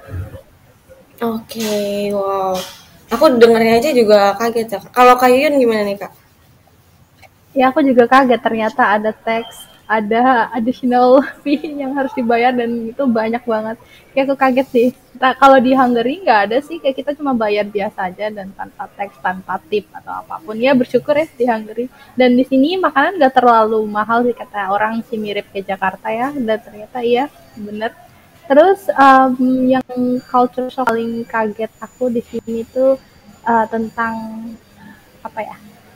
Oke, wow. Aku dengarnya aja juga kaget ya. Kalau Kak Yuyun gimana nih, Kak? Ya aku juga kaget ternyata ada tax, ada additional fee yang harus dibayar dan itu banyak banget. Kayak aku kaget sih. Kalau di Hungary nggak ada sih, kayak kita cuma bayar biasa aja dan tanpa tax, tanpa tip atau apapun. Ya bersyukur ya di Hungary. Dan di sini makanan nggak terlalu mahal sih, kata orang sih, mirip ke Jakarta ya. Dan ternyata iya bener. Terus yang culture shock paling kaget aku di sini tuh tentang apa ya?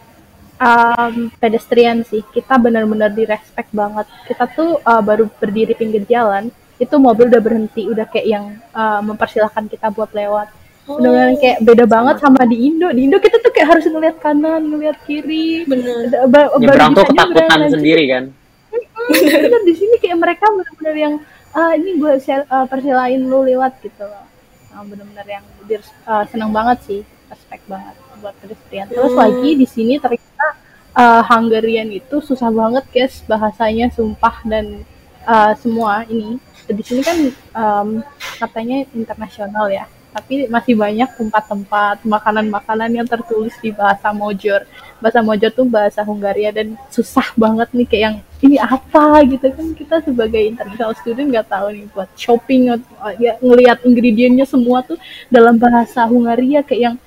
Pedestrian sih, kita benar-benar direspek banget. Kita tuh baru berdiri pinggir jalan, itu mobil udah berhenti, udah kayak yang mempersilahkan kita buat lewat. Benar-benar kayak beda banget sama di Indo. Di Indo kita tuh kayak harus ngeliat kanan, ngeliat kiri. Bener. Nyebrang tuh ketakutan sendiri kan. Bener, di sini kayak mereka benar-benar yang ini gue persilain lu lewat gitu loh. Benar-benar yang senang banget sih, respect banget buat pedestrian. Terus lagi di sini ternyata Hungarian itu susah banget guys bahasanya, sumpah. Dan semua ini di sini kan katanya internasional ya, tapi masih banyak tempat-tempat makanan-makanan yang tertulis di bahasa Mojor. Bahasa Mojor tuh bahasa Hungaria dan susah banget nih, kayak yang ini apa gitu kan, kita sebagai international student nggak tahu nih buat shopping ya, ngelihat ingredientnya semua tuh dalam bahasa Hungaria, kayak yang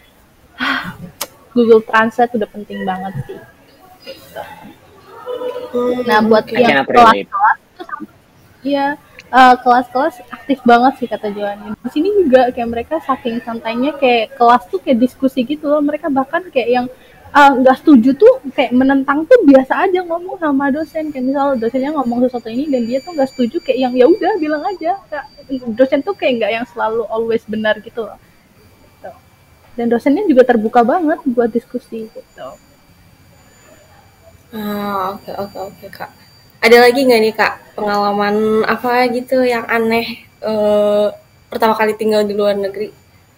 Google Translate udah penting banget sih. Gitu. Nah buat yang kelas-kelas ya kelas-kelas aktif banget sih kata Joanne. Di sini juga kayak mereka saking santainya, kayak kelas tuh kayak diskusi gitu loh. Mereka bahkan kayak yang nggak setuju tuh kayak menentang tuh biasa aja ngomong sama dosen. Kayak misal dosennya ngomong sesuatu ini dan dia tuh nggak setuju, kayak yang ya udah bilang aja. Dosen tuh kayak nggak yang selalu always benar gitu loh. Gitu. Dan dosennya juga terbuka banget buat diskusi gitu. Oke, Kak. Ada lagi nggak nih, Kak, pengalaman apa gitu yang aneh pertama kali tinggal di luar negeri?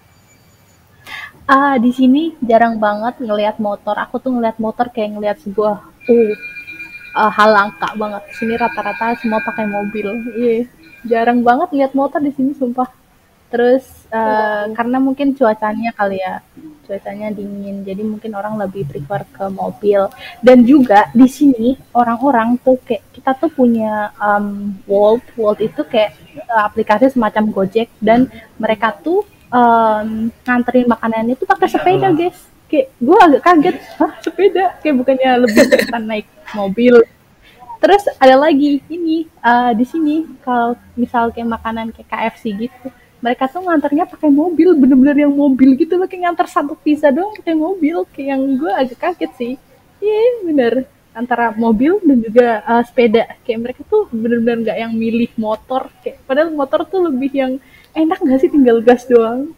Di sini jarang banget ngelihat motor. Aku tuh ngelihat motor kayak ngelihat sebuah hal langka banget. Di sini rata-rata semua pakai mobil. Iya, jarang banget lihat motor di sini, sumpah. Terus karena mungkin cuacanya kali ya, cuacanya dingin, jadi mungkin orang lebih prefer ke mobil. Dan juga di sini orang-orang tuh kayak kita tuh punya Wolt itu kayak aplikasi semacam Gojek, dan mereka tuh nganterin makanannya tuh pakai sepeda guys. Kayak gue agak kaget, sepeda, kayak bukannya lebih cepetan naik mobil. Terus ada lagi ini di sini kalau misal kayak makanan kayak KFC gitu, mereka tuh nganternya pakai mobil, bener-bener yang mobil gitu loh, kayak nganter satu pizza doang pakai mobil, kayak yang gue agak kaget sih. Iya bener. antara mobil dan juga sepeda. Kayak mereka tuh benar-benar nggak yang milih motor, kayak padahal motor tuh lebih yang enak nggak sih, tinggal gas doang.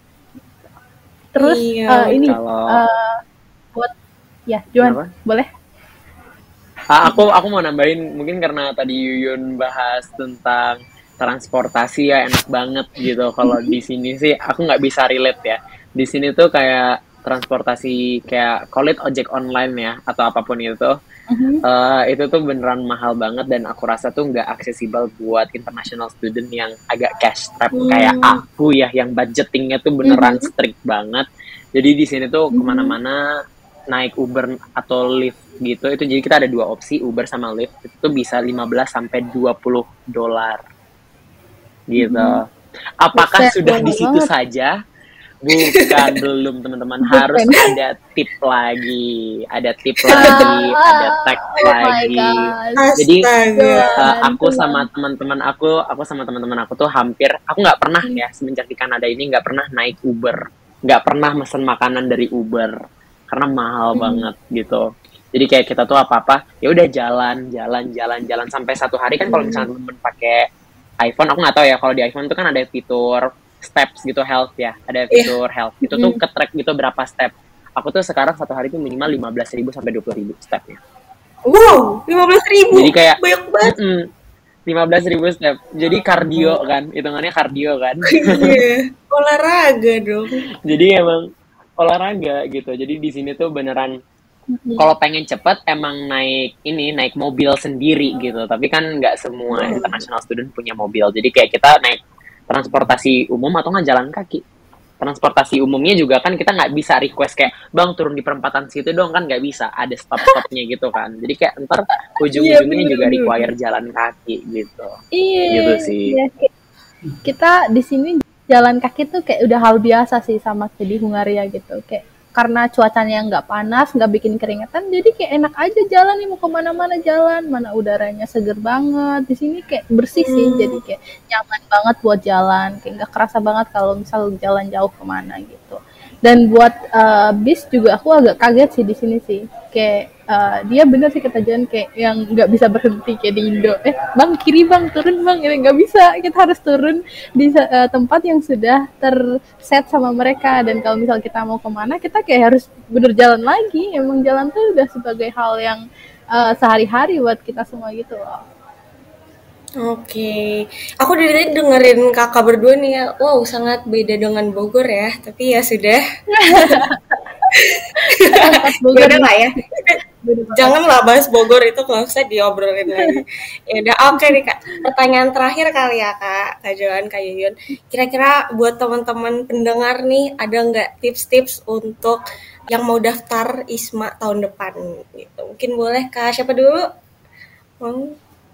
Terus Iya, ini Kalau buat ya Johan, kenapa? boleh? Aku mau nambahin mungkin karena tadi Yuyun bahas tentang transportasi ya enak banget gitu. Kalau di sini sih aku nggak bisa relate ya. Di sini tuh kayak transportasi kayak call it ojek online ya atau apapun Mhm. itu tuh beneran mahal banget dan aku rasa tuh nggak aksesibel buat international student yang agak cash trap kayak hmm, aku ya yang budgetingnya tuh beneran Mhm. strict banget. Jadi di sini tuh Mhm. kemana-mana naik Uber atau Lyft gitu itu jadi kita ada dua opsi Uber sama Lyft itu tuh bisa 15 sampai $20 gitu. Mhm. Apakah Buset, sudah di mahal situ banget. saja? Bukan, belum teman-teman. Harus Bukan. ada tip lagi, ada tip lagi, ada Ah, tag oh my lagi. god. Jadi astaga. Johan, aku sama teman-teman aku tuh hampir, aku nggak pernah ya semenjak di Kanada ini nggak pernah naik Uber, nggak pernah mesen makanan dari Uber karena mahal banget gitu. Jadi kayak kita tuh apa-apa ya udah jalan sampai satu hari kan kalau misalnya temen pakai iPhone aku nggak tahu ya kalau di iPhone tuh kan ada fitur steps gitu health ya ada Iya. fitur health itu tuh ke-track gitu berapa step aku tuh sekarang satu hari tuh minimal 15.000 sampai 20.000 stepnya Wow, 15.000. jadi kayak Banyak banget. 15.000 step jadi kardio kan hitungannya kardio kan Iya, olahraga dong. jadi emang olahraga gitu jadi di sini tuh beneran kalau pengen cepet emang naik mobil sendiri gitu tapi kan nggak semua international student punya mobil jadi kayak kita naik transportasi umum atau nggak jalan kaki transportasi umumnya juga kan kita nggak bisa request kayak bang turun di perempatan situ dong kan nggak bisa ada stopnya gitu kan jadi kayak ntar Iya, ujung-ujungnya juga bener-bener. require jalan kaki gitu gitu Iya, sih iya. Kita di sini jalan kaki tuh kayak udah hal biasa sih sama kayak di Hungaria gitu. Kayak karena cuacanya nggak panas, nggak bikin keringetan, jadi kayak enak aja jalan nih mau kemana-mana jalan, mana udaranya seger banget. Di sini kayak bersih sih, jadi Hmm, kayak nyaman banget buat jalan, kayak nggak kerasa banget kalau misal jalan jauh kemana gitu. Dan buat bis juga aku agak kaget sih di sini sih. Kayak dia bener sih kata Jan kayak yang nggak bisa berhenti kayak di Indo. Bang kiri bang turun bang ini nggak bisa. Kita harus turun di tempat yang sudah terset sama mereka. Dan kalau misal kita mau kemana kita kayak harus bener jalan lagi. Emang jalan tuh udah sebagai hal yang sehari-hari buat kita semua gitu loh. oke. Aku dari tadi dengerin kakak berdua nih ya. Wow, sangat beda dengan Bogor ya. Tapi ya sudah. Angkat Bogor Beda nih. lah ya. Beda banget. Janganlah bahas Bogor itu nggak usah diobrolin lagi. Ya udah, oke nih kak. Pertanyaan terakhir kali ya kak Johan, kak Yuyun. Kira-kira buat teman-teman pendengar nih, ada nggak tips-tips untuk yang mau daftar ISMA tahun depan gitu? Mungkin boleh kak siapa dulu? Mau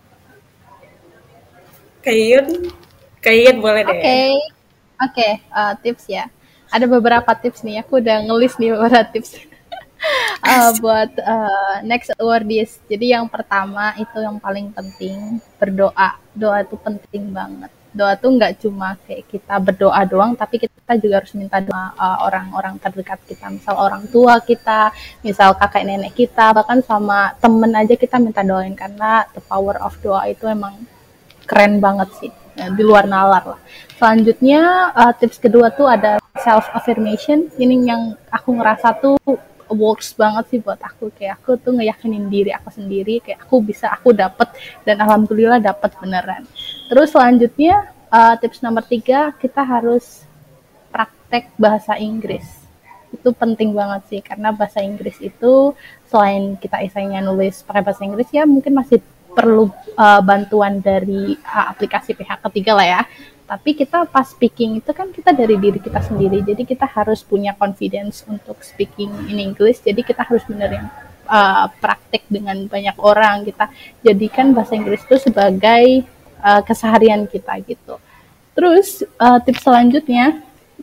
kak Yuyun? Kak Yuyun boleh deh. Oke, oke, tips ya. Ada beberapa tips nih. Aku udah ngelis nih beberapa tips buat next awardees. Jadi yang pertama itu yang paling penting berdoa. Doa itu penting banget. Doa tuh nggak cuma kayak kita berdoa doang, tapi kita juga harus minta doa orang-orang terdekat kita, misal orang tua kita, misal kakek nenek kita, bahkan sama temen aja kita minta doain karena the power of doa itu emang keren banget sih ya, di luar nalar lah. Selanjutnya tips kedua tuh ada self affirmation. Ini yang aku ngerasa tuh works banget sih buat aku, kayak aku tuh ngeyakinin diri aku sendiri kayak aku bisa, aku dapet, dan alhamdulillah dapet beneran. Terus selanjutnya tips nomor 3 kita harus praktek bahasa Inggris. Itu penting banget sih karena bahasa Inggris itu selain kita isanya nulis pakai bahasa Inggris ya mungkin masih perlu bantuan dari aplikasi pihak ketiga lah ya. Tapi kita pas speaking itu kan kita dari diri kita sendiri. Jadi kita harus punya confidence untuk speaking in English. Jadi kita harus benerin praktek dengan banyak orang. Kita jadikan bahasa Inggris itu sebagai keseharian kita gitu. Terus tips selanjutnya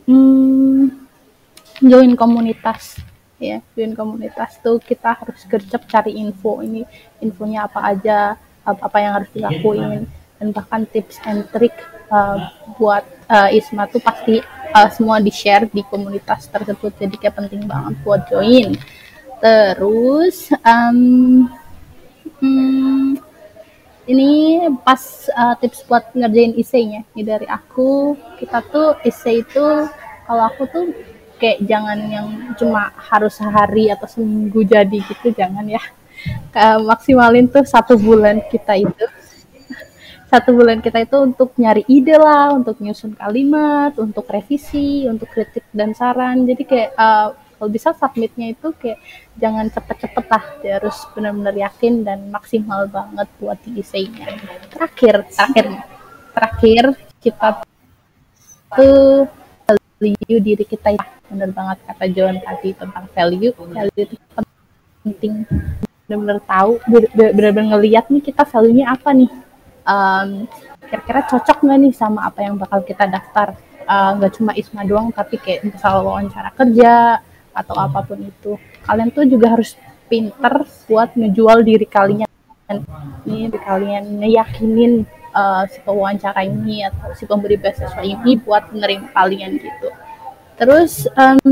join komunitas ya, join komunitas tuh kita harus gercep cari info, ini infonya apa aja, apa yang harus dilakuin, dan bahkan tips and trick buat ISMA tuh pasti semua di share di komunitas tersebut, jadi kayak penting banget buat join. Terus Hmm, ini pas tips buat ngerjain essay-nya. Ini dari aku, kita tuh essay itu kalau aku tuh kayak jangan yang cuma harus sehari atau seminggu jadi gitu, jangan ya. Maksimalin tuh 1 bulan kita itu. 1 bulan kita itu untuk nyari ide lah, untuk nyusun kalimat, untuk revisi, untuk kritik dan saran. Jadi kayak kalau bisa submitnya itu kayak jangan cepet-cepet lah, dia harus benar-benar yakin dan maksimal banget buat di essay-nya. Terakhir kita tuh value diri kita, benar banget kata John tadi tentang value itu penting, benar-benar tahu, benar-benar ngelihat nih kita value-nya apa nih, kira-kira cocok nggak nih sama apa yang bakal kita daftar, nggak cuma ISMA doang tapi kayak misal wawancara kerja atau apapun itu. Kalian tuh juga harus pinter buat ngejual diri kalian, ngeyakinin si pewawancara ini atau si pemberi beasiswa ini buat menerima kalian gitu. Terus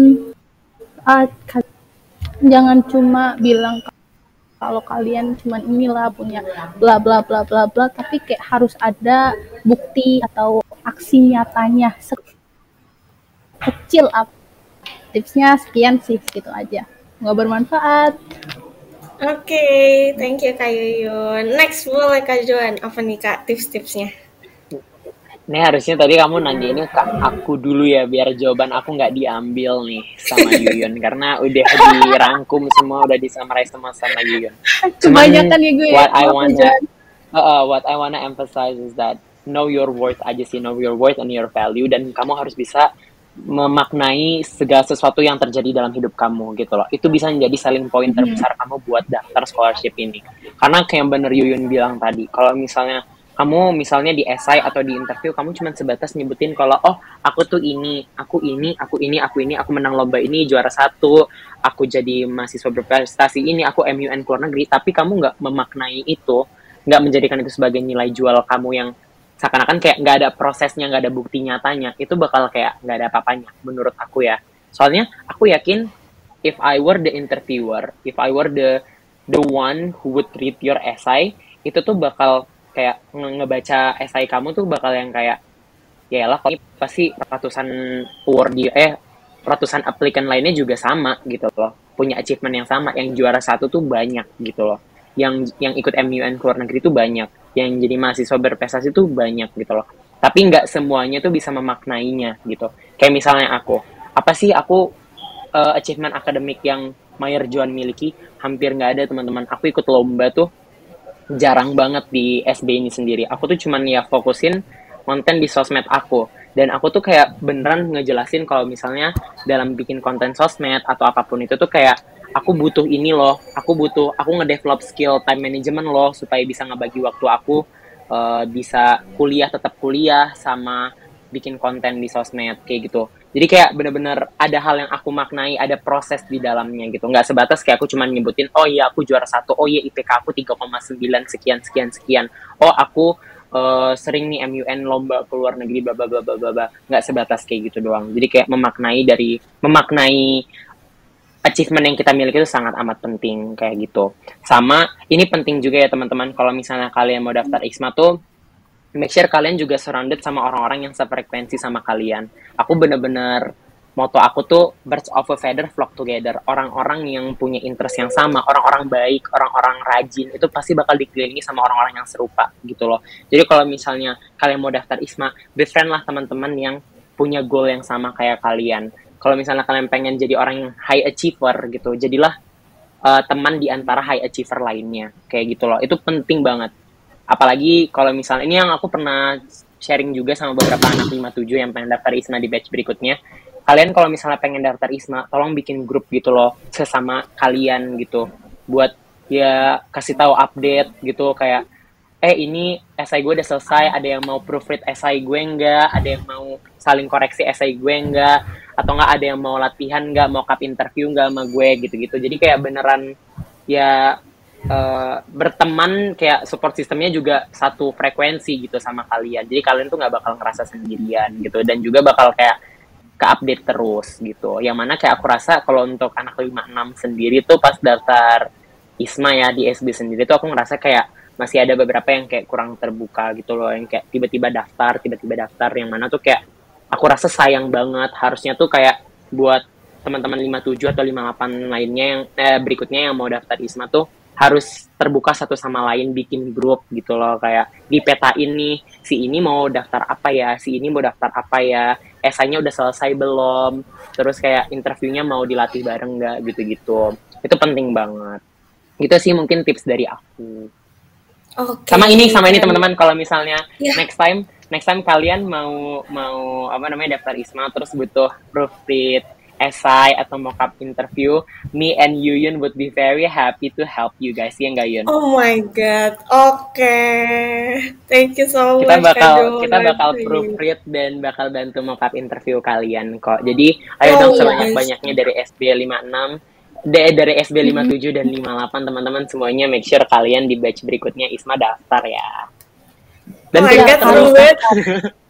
jangan cuma bilang kalau kalian cuma inilah punya bla bla bla bla bla, tapi kayak harus ada bukti atau aksi nyatanya sekecil apa. Tipsnya sekian sih, gitu aja. Nggak bermanfaat. Oke, thank you Kak Yuyun. Next boleh Kak Joan, apa nih Kak tips-tipsnya? Ini harusnya tadi kamu nanya ini ke aku dulu ya, biar jawaban aku nggak diambil nih sama Yuyun. Karena udah dirangkum semua, udah disummarize semua sama Yuyun. Kebanyakan ya gue. What I wanna emphasize is that know your worth aja sih, know your worth and your value. Dan kamu harus bisa memaknai segala sesuatu yang terjadi dalam hidup kamu gitu loh. Itu bisa menjadi selling point terbesar kamu buat daftar scholarship ini. Karena kayak yang bener Yuyun bilang tadi, kalau misalnya kamu misalnya di essay atau di interview kamu cuma sebatas nyebutin kalau aku tuh ini, aku menang lomba ini juara 1, aku jadi mahasiswa berprestasi ini, aku MUN keluar negeri, tapi kamu nggak memaknai itu, nggak menjadikan itu sebagai nilai jual kamu yang seakan-akan kayak nggak ada prosesnya, nggak ada bukti nyatanya, itu bakal kayak nggak ada apa-apanya menurut aku ya. Soalnya aku yakin if I were the interviewer, if I were the one who would read your essay, itu tuh bakal kayak ngebaca essay kamu tuh bakal yang kayak ya lah, pasti ratusan applicant lainnya juga sama gitu loh, punya achievement yang sama, yang juara 1 tuh banyak gitu loh, yang ikut MUN keluar negeri tuh banyak, yang jadi mahasiswa berprestasi tuh banyak gitu loh, tapi nggak semuanya tuh bisa memaknainya gitu. Kayak misalnya apa sih aku achievement akademik yang Mayer Joan miliki? Hampir nggak ada teman-teman. Aku ikut lomba tuh jarang banget di SB ini sendiri. Aku tuh cuman ya fokusin konten di sosmed aku. Dan aku tuh kayak beneran ngejelasin kalau misalnya dalam bikin konten sosmed atau apapun itu tuh kayak aku butuh ini loh. Aku ngedevelop skill time management loh supaya bisa ngebagi waktu aku, bisa tetap kuliah sama bikin konten di sosmed kayak gitu. Jadi kayak bener-bener ada hal yang aku maknai, ada proses di dalamnya gitu. Nggak sebatas kayak aku cuma nyebutin, oh iya aku juara 1, oh iya IPK aku 3,9 sekian. Oh aku sering nih MUN lomba ke luar negeri bla bla bla bla bla. Nggak sebatas kayak gitu doang. Jadi kayak memaknai achievement yang kita miliki itu sangat amat penting kayak gitu. Sama ini penting juga ya teman-teman, kalau misalnya kalian mau daftar ISMA tuh make sure kalian juga surrounded sama orang-orang yang sefrekuensi sama kalian. Aku bener-bener, moto aku tuh birds of a feather flock together. Orang-orang yang punya interest yang sama, orang-orang baik, orang-orang rajin, itu pasti bakal dikelilingi sama orang-orang yang serupa gitu loh. Jadi kalau misalnya kalian mau daftar ISMA, befriend lah teman-teman yang punya goal yang sama kayak kalian. Kalau misalnya kalian pengen jadi orang yang high achiever gitu, jadilah teman di antara high achiever lainnya. Kayak gitu loh, itu penting banget. Apalagi kalau misalnya, ini yang aku pernah sharing juga sama beberapa anak 57 yang pengen daftar ISMA di batch berikutnya. Kalian kalau misalnya pengen daftar ISMA, tolong bikin grup gitu loh, sesama kalian gitu. Buat ya kasih tahu update gitu, kayak, ini essay gue udah selesai, ada yang mau proofread essay gue nggak, ada yang mau saling koreksi essay gue nggak, atau nggak ada yang mau latihan nggak, mau cup interview nggak sama gue gitu-gitu. Jadi kayak beneran ya berteman, kayak support sistemnya juga satu frekuensi gitu sama kalian. Jadi kalian tuh nggak bakal ngerasa sendirian gitu, dan juga bakal kayak ke-update terus gitu. Yang mana kayak aku rasa kalau untuk anak 56 sendiri tuh pas daftar ISMA ya di SB sendiri tuh aku ngerasa kayak masih ada beberapa yang kayak kurang terbuka gitu loh, yang kayak tiba-tiba daftar yang mana tuh kayak aku rasa sayang banget. Harusnya tuh kayak buat teman-teman 57 atau 58 lainnya yang berikutnya yang mau daftar ISMA tuh harus terbuka satu sama lain, bikin grup gitu loh, kayak dipetain nih si ini mau daftar apa ya, si ini mau daftar apa ya, esainya udah selesai belum, terus kayak interviewnya mau dilatih bareng nggak gitu-gitu. Itu penting banget. Gitu sih mungkin tips dari aku. Oke, Sama ini keren. teman-teman, kalau misalnya Ya, next time kalian mau mau apa namanya daftar ISMA terus butuh proofread essay atau mock-up interview, me and Yuyun would be very happy to help you guys, ya nggak Yun? oh my God. Oke. Thank you so kita much, Kak bakal kita Johan. bakal proofread dan bakal bantu mock-up interview kalian kok. Jadi ayo Oh dong yes. sebanyak-banyaknya dari SB 56, dari SB 57 dan 58, teman-teman semuanya make sure kalian di batch berikutnya ISMA daftar ya. Oh Dan my pinter Siap, God, seru harus terus. banget. daftar.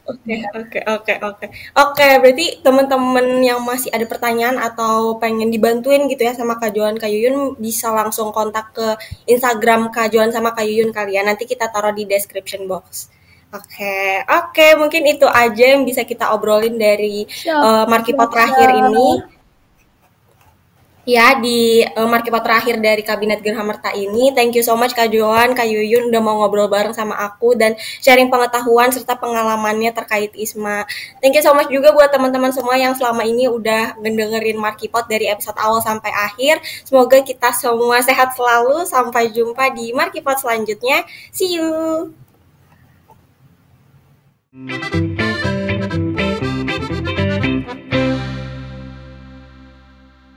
Oke, berarti teman-teman yang masih ada pertanyaan atau pengen dibantuin gitu ya sama Kak Johan, Kak Yuyun bisa langsung kontak ke Instagram Kak Johan sama Kak Yuyun kalian. Nanti kita taruh di description box. Oke, mungkin itu aja yang bisa kita obrolin dari Siap, Markipot siap, terakhir siap. ini. Ya, di Markipot terakhir dari Kabinet Gerha Merta ini. Thank you so much Kak Johan, Kak Yuyun udah mau ngobrol bareng sama aku dan sharing pengetahuan serta pengalamannya terkait ISMA. Thank you so much juga buat teman-teman semua yang selama ini udah ngedengerin Markipot dari episode awal sampai akhir. Semoga kita semua sehat selalu. Sampai jumpa di Markipot selanjutnya. See you.